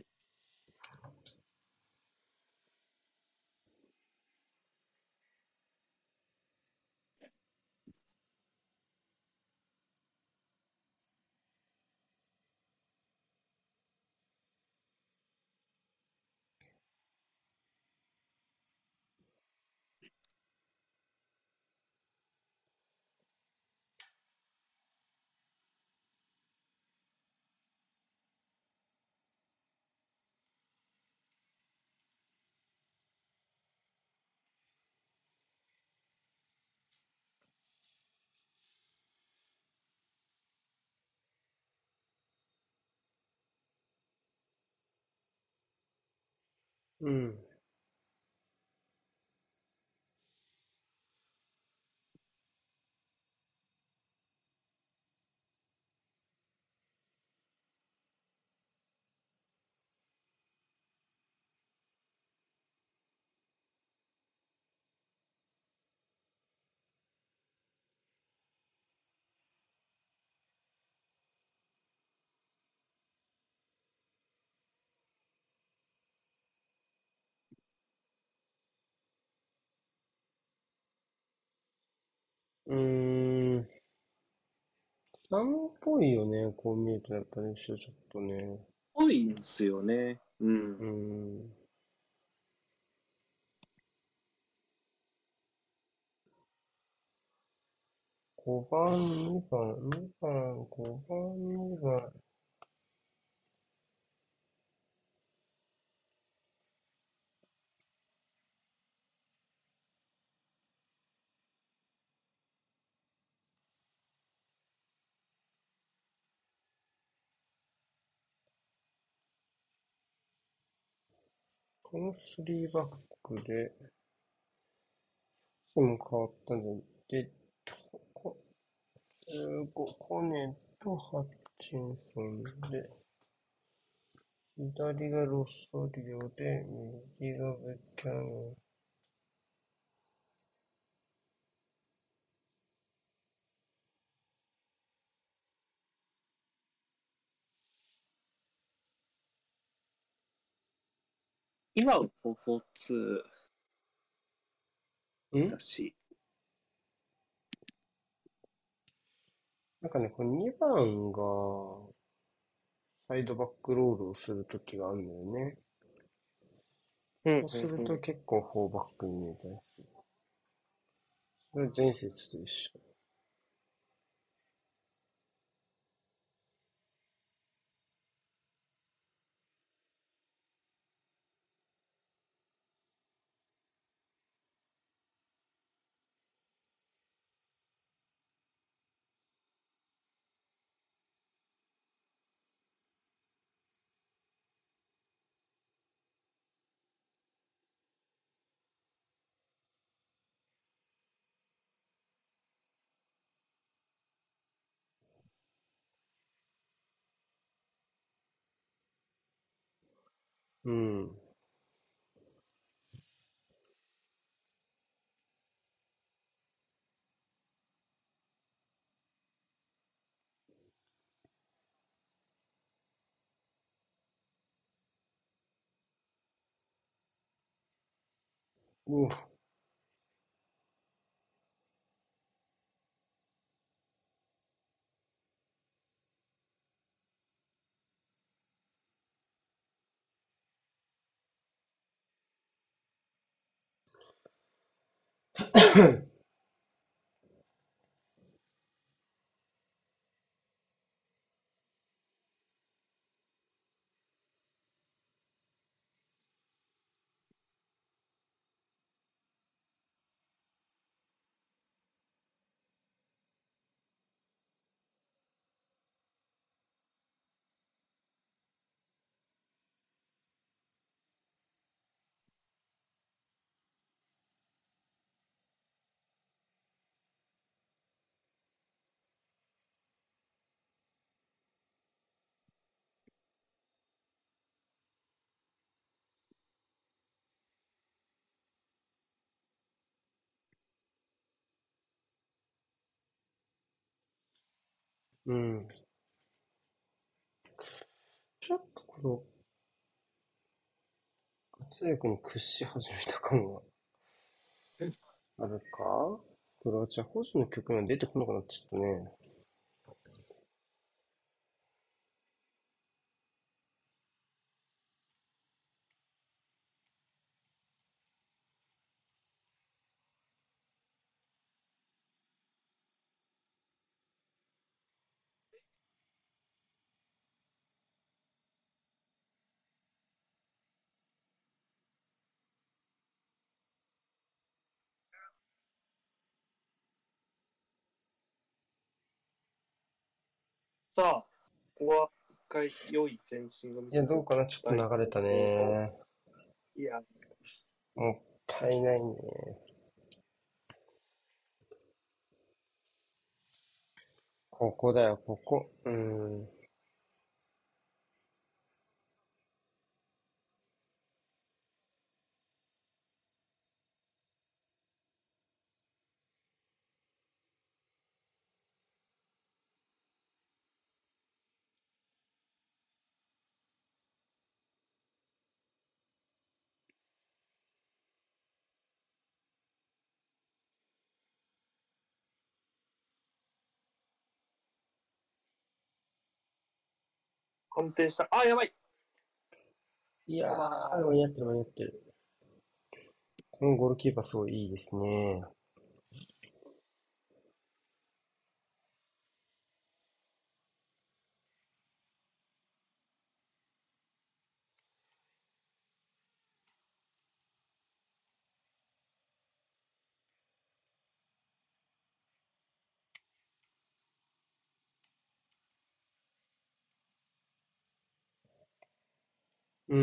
うん。うーん。3っぽいよね。こう見るとやっぱりちょっとね。 多いんですよね。うん。 5番、2番、2番、5番、2番。この3バックで、チーム変わったんで、こ、コネとハッチンソンで、左がロソリオで、右がベキャノン。 今は4-4-2 んだし。 なんかね、これ2番がサイドバックロールをするときがあるんだよね。 うんそうするうんうん。 と結構4バックに見えたりする。それは前節と一緒。うん。ううん。ちょっとこの圧力に屈し始めた感があるか。クロアチア、保持の局面出てこなくなっちゃったね。 さあ、ここは一回良い前進を見いや、 せておきどうかな。ちょっとたい流れたところ。 ね。 いや、 もったいないね。ここだよ、ここ。うん。 反転した。あ、やばい。 いや 5 ー、 番。 間に合ってる間に合ってる。このゴールキーパーすごいいいですね。うん。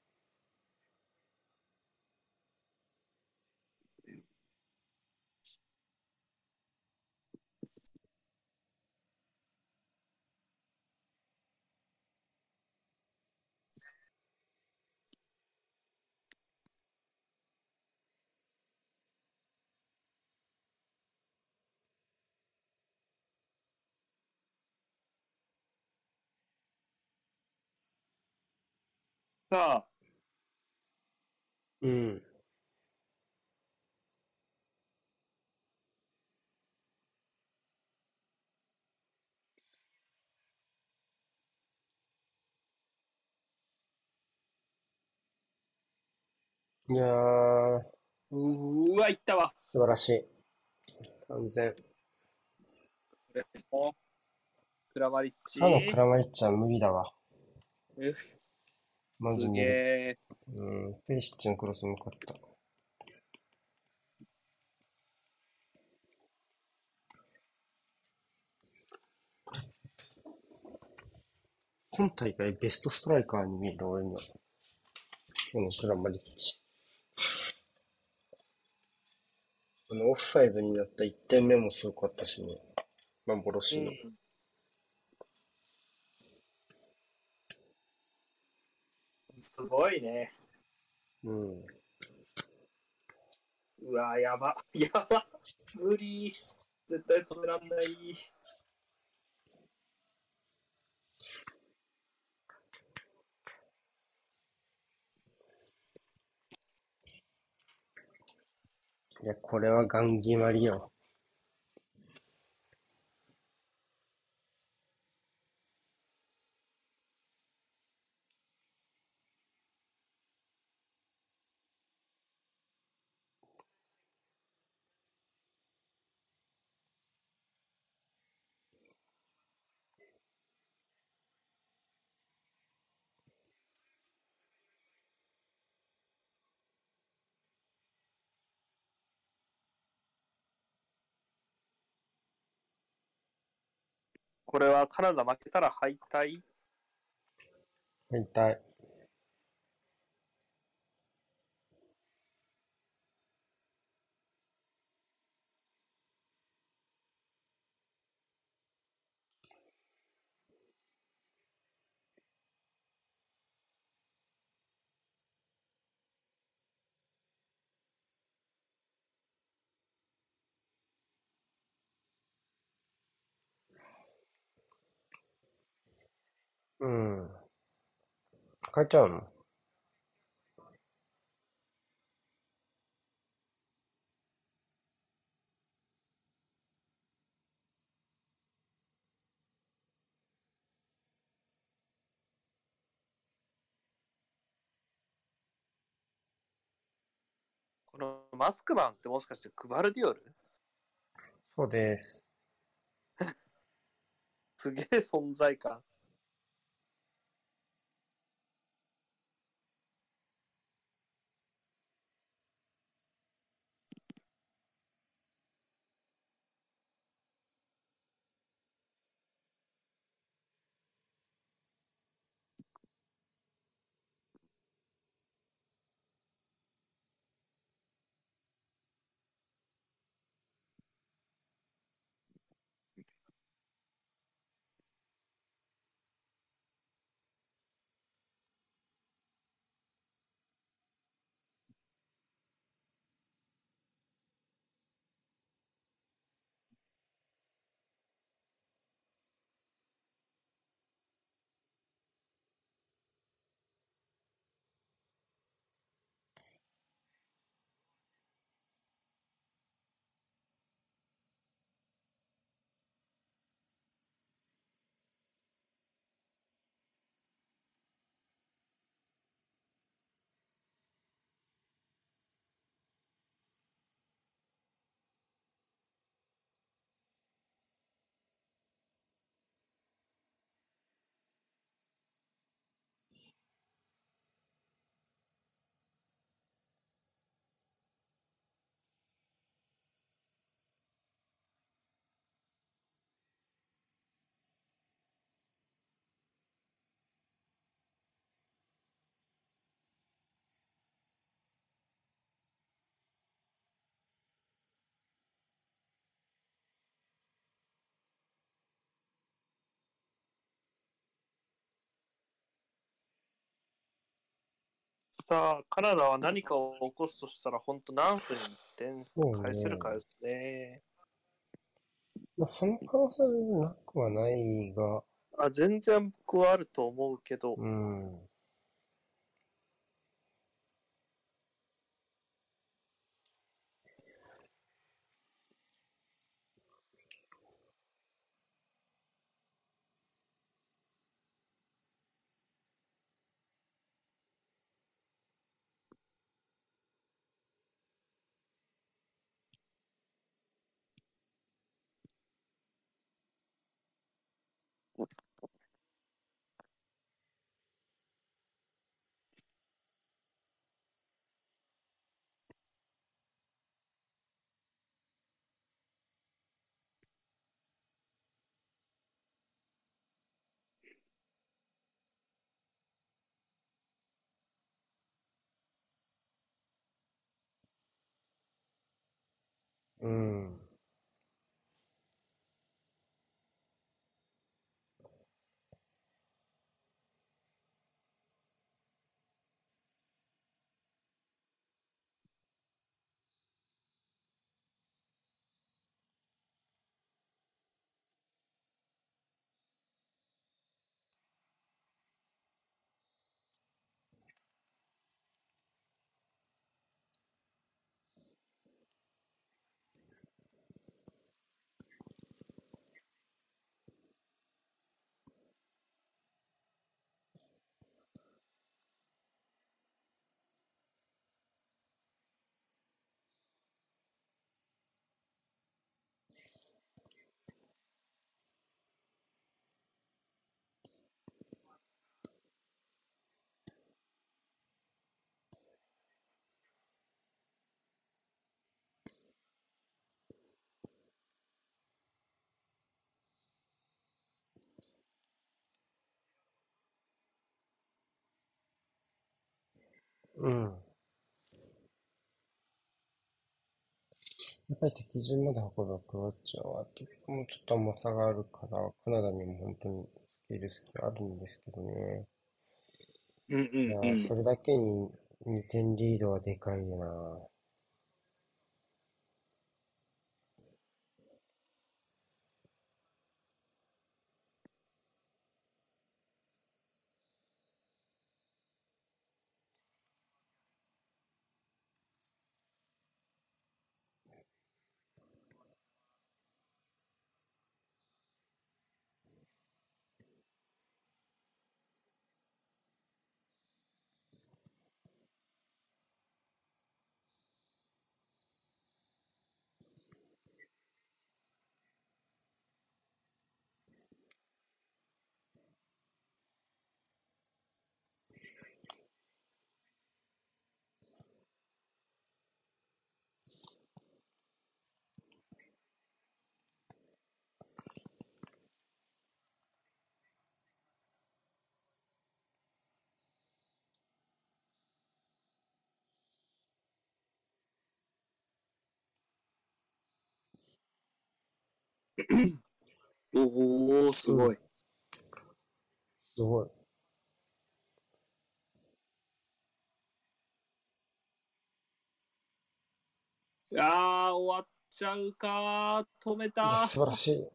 さあ、 うん。いやー、 うーわ、いったわ。 素晴らしい。完全。 これもクラマリッかのクチ。 ラマリッチは無理だわ。 うすげマジ無理。 え。 うん。ペリシッチのクロスも良かった。今大会ベストストライカーに見える俺には。このクラマリッチ。オフサイドになった1点目もすごかったしね。幻の。 うん。すごいね。 うん。 うわ、やば。やば。無理。絶対止めらんない。 いや、これはガン決まりよ。 これはカナダ負けたら敗退。 大体。うん。変えちゃうの？ このマスクマンってもしかしてグバルディオル？ そうです。 すげえ存在感。 カナダは何かを起こすとしたら、本当何分に1点そう返せるかね。 ですね。 まあ、その可能性はなくはないが、 全然僕はあると思うけど、 うん。うん。うん。やっぱり敵陣まで運ぶクロアチアは、結構もうちょっと甘さがあるから、カナダにも本当にスケールスキルあるんですけどね。 うんいやー、 うんうん。 それだけに2点リードはでかいよな。 おー、すうん。 ごい。 すごい。 終わっちゃうか。止めいや、 た。 素晴らしい。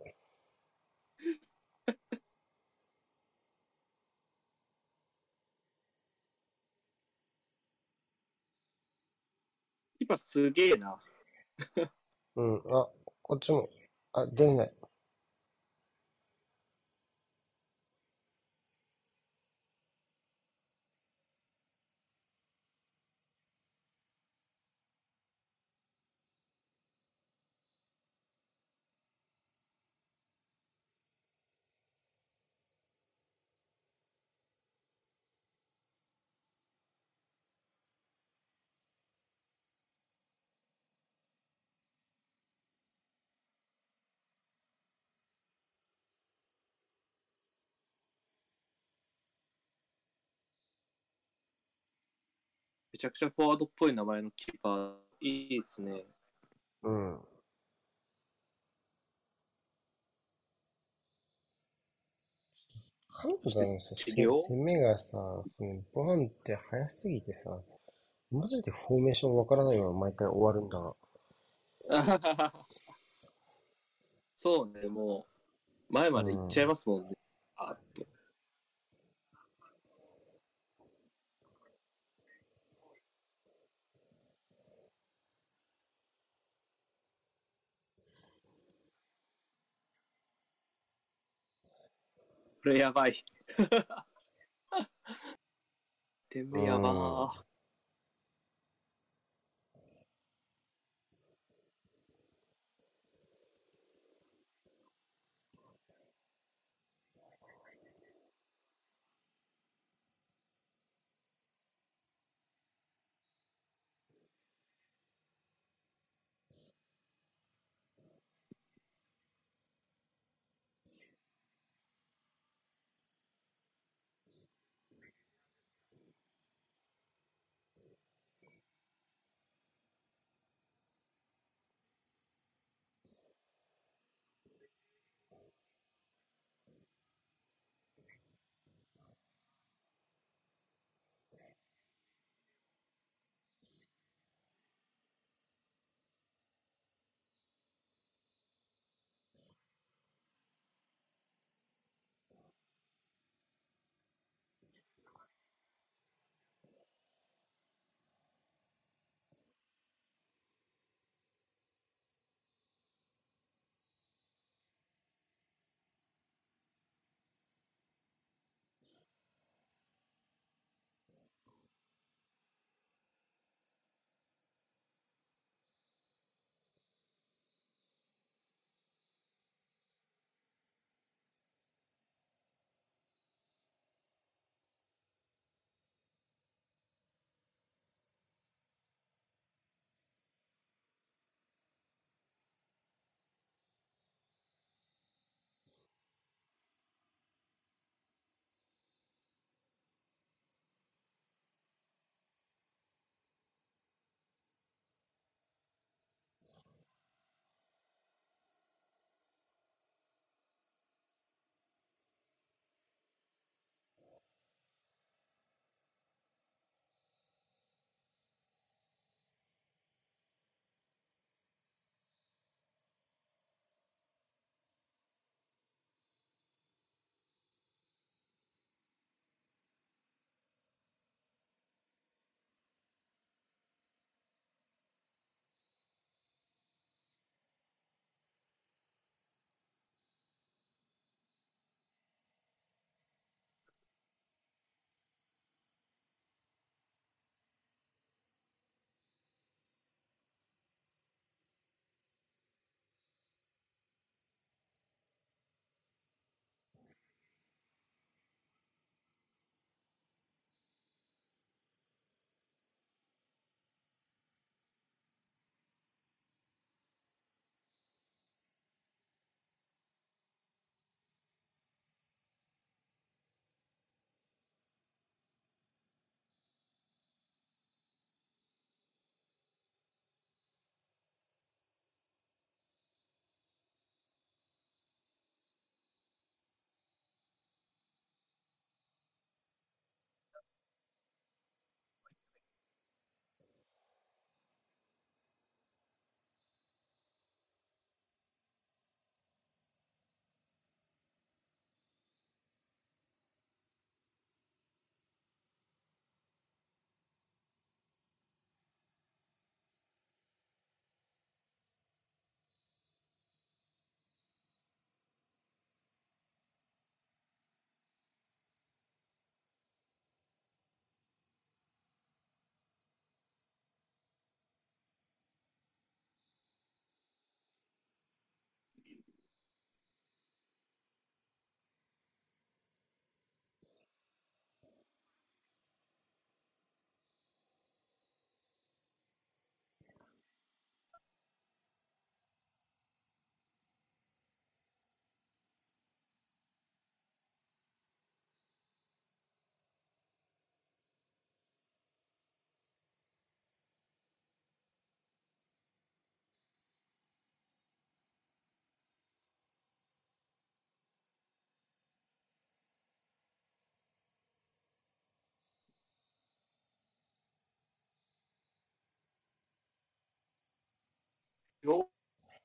今すげえな。 うん。あ、こっちも。あ、出れない。 めちゃくちゃフォワードっぽい名前のキーパー、いいですね。 うん。 カナダのさ、 治療攻めがさ、そのバーンって早すぎてさ、マジでフォーメーションわからないまま毎回終わるんだが。 そうね、もう、前うまで行っちゃいん。 ますもんね。あーっと。これやばい。点う目やばん。 ー。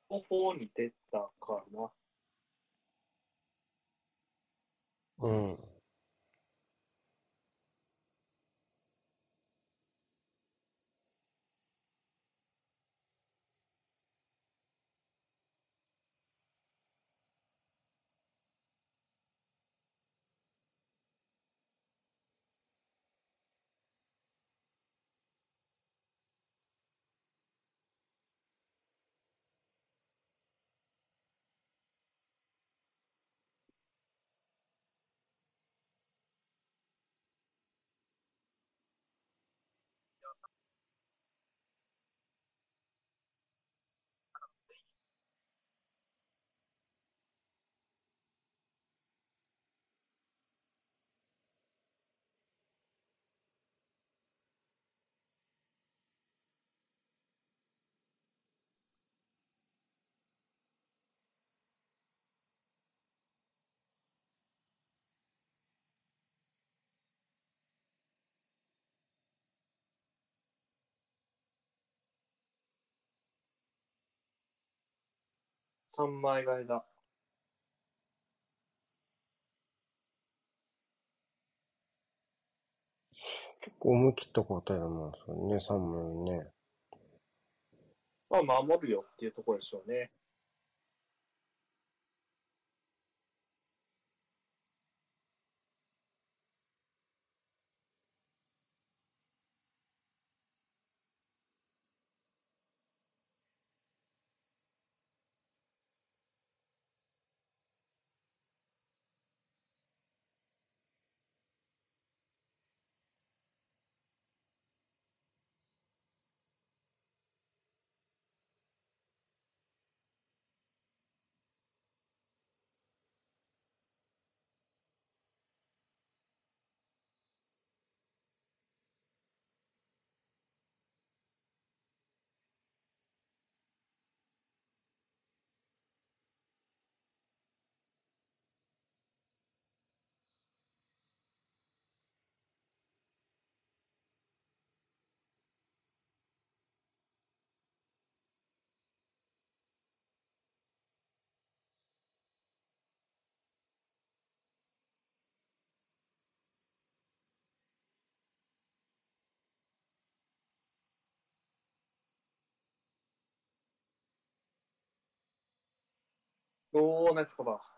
方に出たかな。 うん。 3枚買いだ。 結構思い切った答えだな、それね、3問ね。 まあ、守るよっていうところでしょうね。おー、ナイスカバー。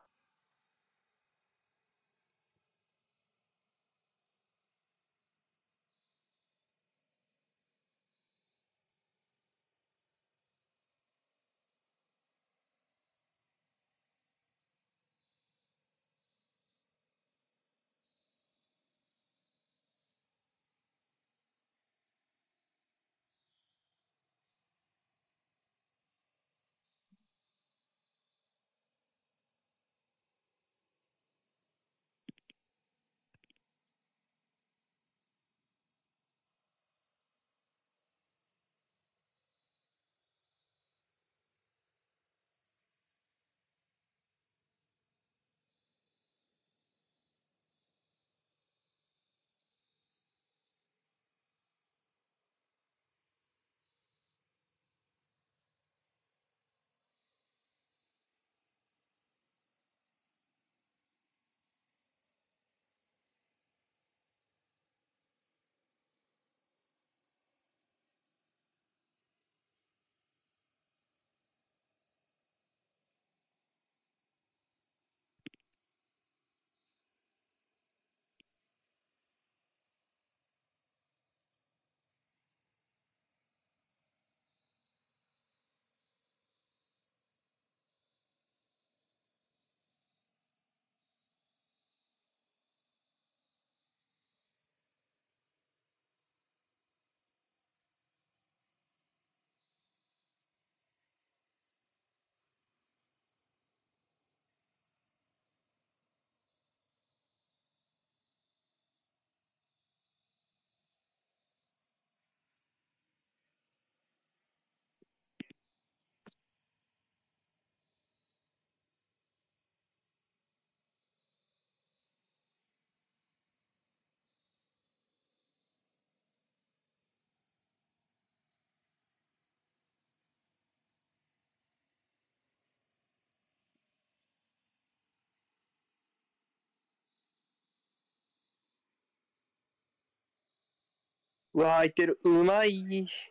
うわー、空いてる。うまい。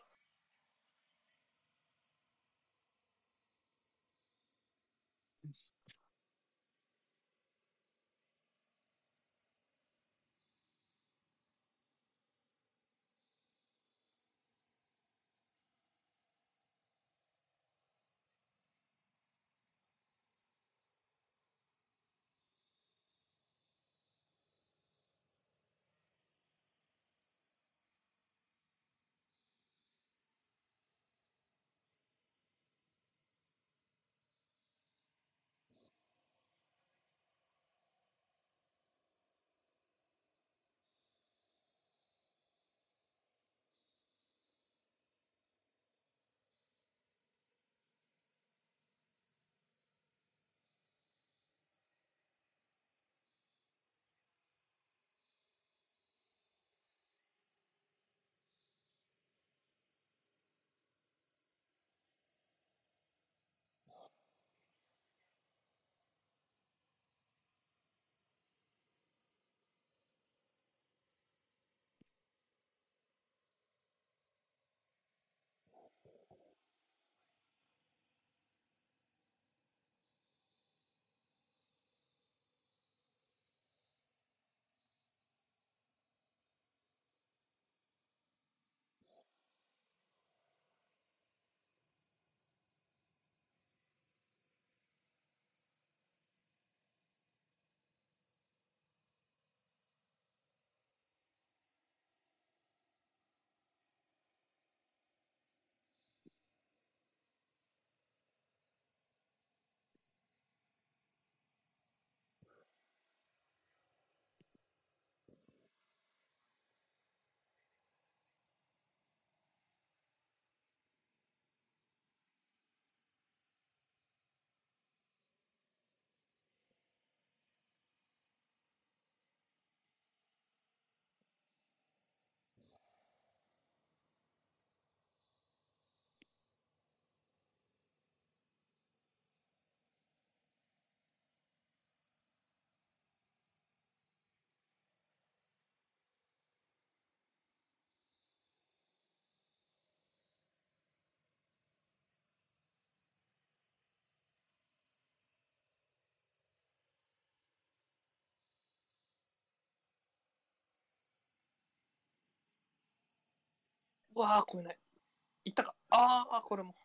うわー、これね。いったか。ああ、これも。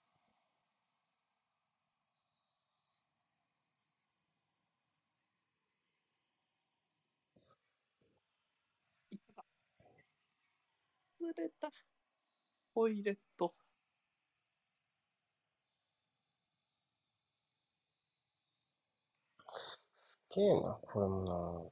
いったか。ずれた。トイレット。 けえな、これも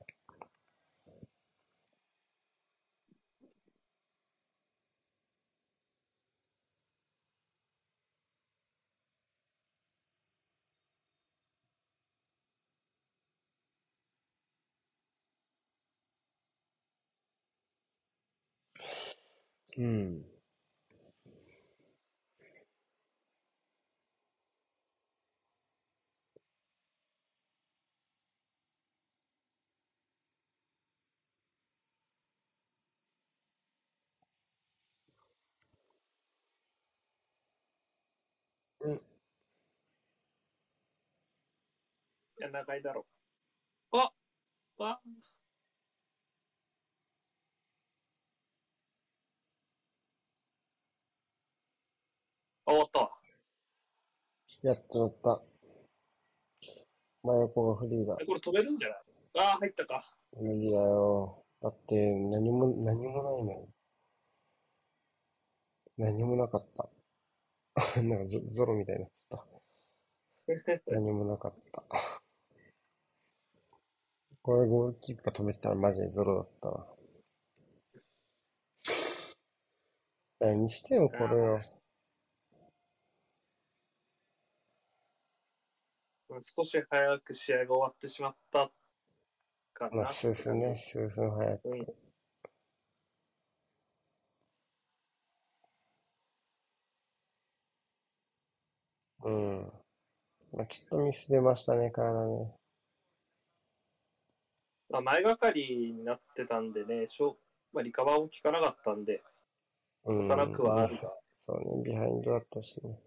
な。うん。うん。 いや、長いだろう。ああ、終わったわ。 やっちまった。真横がフリーだ。 これ飛べるんじゃない？ああ、入ったか。 無理だよ。だって、何もないのよ。何もなかった。なんかゾロみたいになってた。何もなかった。これゴールキーパー止めてたらマジでゾロだったな。にしてもこれよ。 あ少し早く試合が終わってしまったかまあなって感じ。 数分早うん。 く。うん。まあ、ちょっとミス出ましたね、体ね。 まあ、前がかりになってたんでね、 まあ、リカバーも効かなかったんで、 う持たなくん、 はあるが、 そうね、ビハインドだったしね。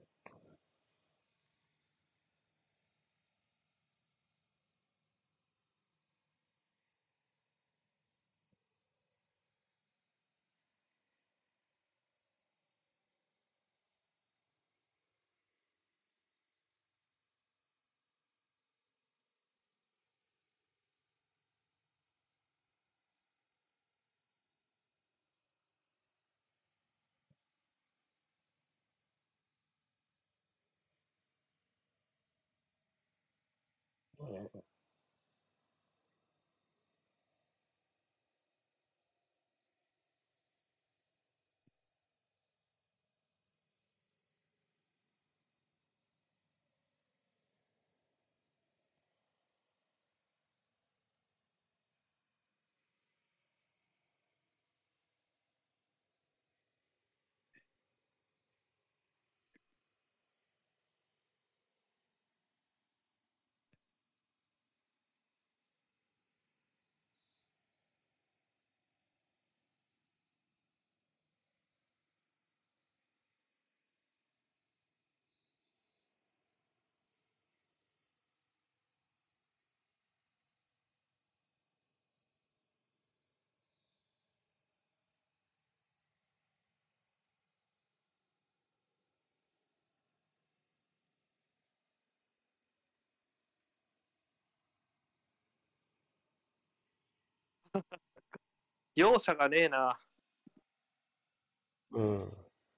容赦がねえな。 うん。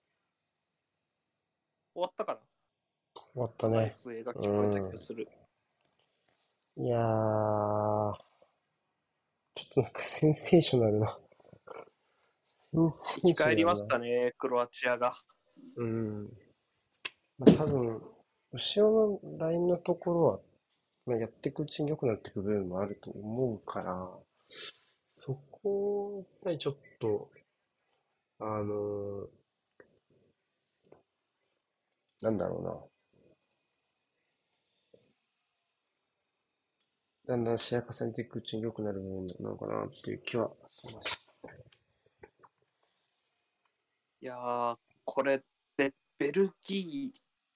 終わったかな。 終わった今ね。 FA が聞こえた気うん。 がする。 いやー、ちょっとなんかセンセーショナルな。セン生セーき返りましショナルな。 たね、クロアチアが。 うん。まあ、多分、後ろのラインのところは、まあ、やっていくうちに良くなっていく部分もあると思うから、そこを、やっぱりちょっと、あのーなんだろうな。だんだん試合重ねていくうちに良くなる部分なのかなっていう気はします。 いやー、これってベルギ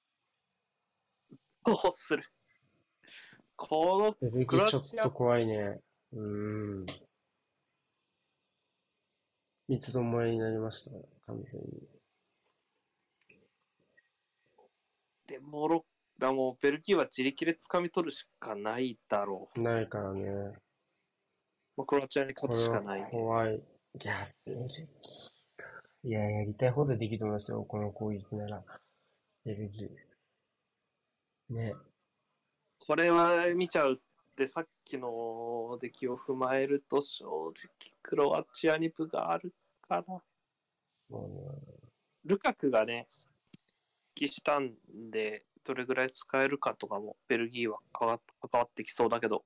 ーどうする。このベルギークロアチア、 ちょっと怖いね。うーん。三つどもえになりましたね、完全に。 でモロッだもうベルギーは自力で掴み取るしかないだろう。 ないからね。 もうクロアチアに勝つこれはしかないね。 怖い。いや、ベルギー。いや、やりたい放題できると思いますよ、この攻撃なら。ベルギー。ね。 これは見ちゃうってさっきの出来を踏まえると正直クロアチアに分があるかな。 もうね、 ルカクがね、復帰したんで、どれぐらい使えるかとかもベルギーは関わってきそうだけど、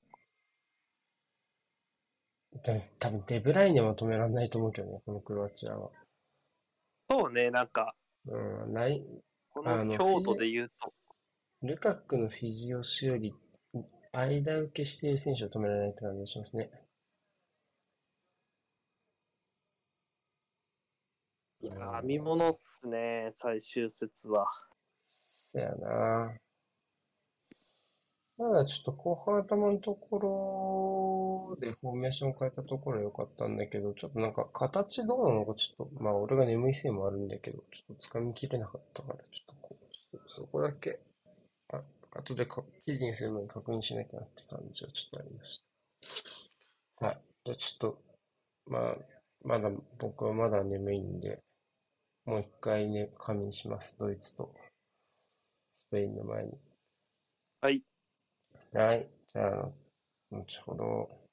多分デブライネも止められないと思うけどね、このクロアチアは。 そうね、なんか、 うん、ない、 この強度で言うと、 ルカクのフィジオスより間受けしている選手を止められないって感じがしますね。ういや見ん、 物っすね、最終節は。 そやな。まだちょっと後半頭のところでフォーメーション変えたところ良かったんだけど、ちょっとなんか形どうなのかちょっと、まあ俺が眠いせいもあるんだけど、ちょっと掴みきれなかったから、ちょっとこう、ちょっとそこだけ、あ、後で記事にするのに確認しなきゃなって感じはちょっとありました。はい。じゃあちょっと、まあ、まだ、僕はまだ眠いんで、もう一回ね、仮眠します。ドイツとスペインの前に。 はい。 はい。じゃあ、後ほど。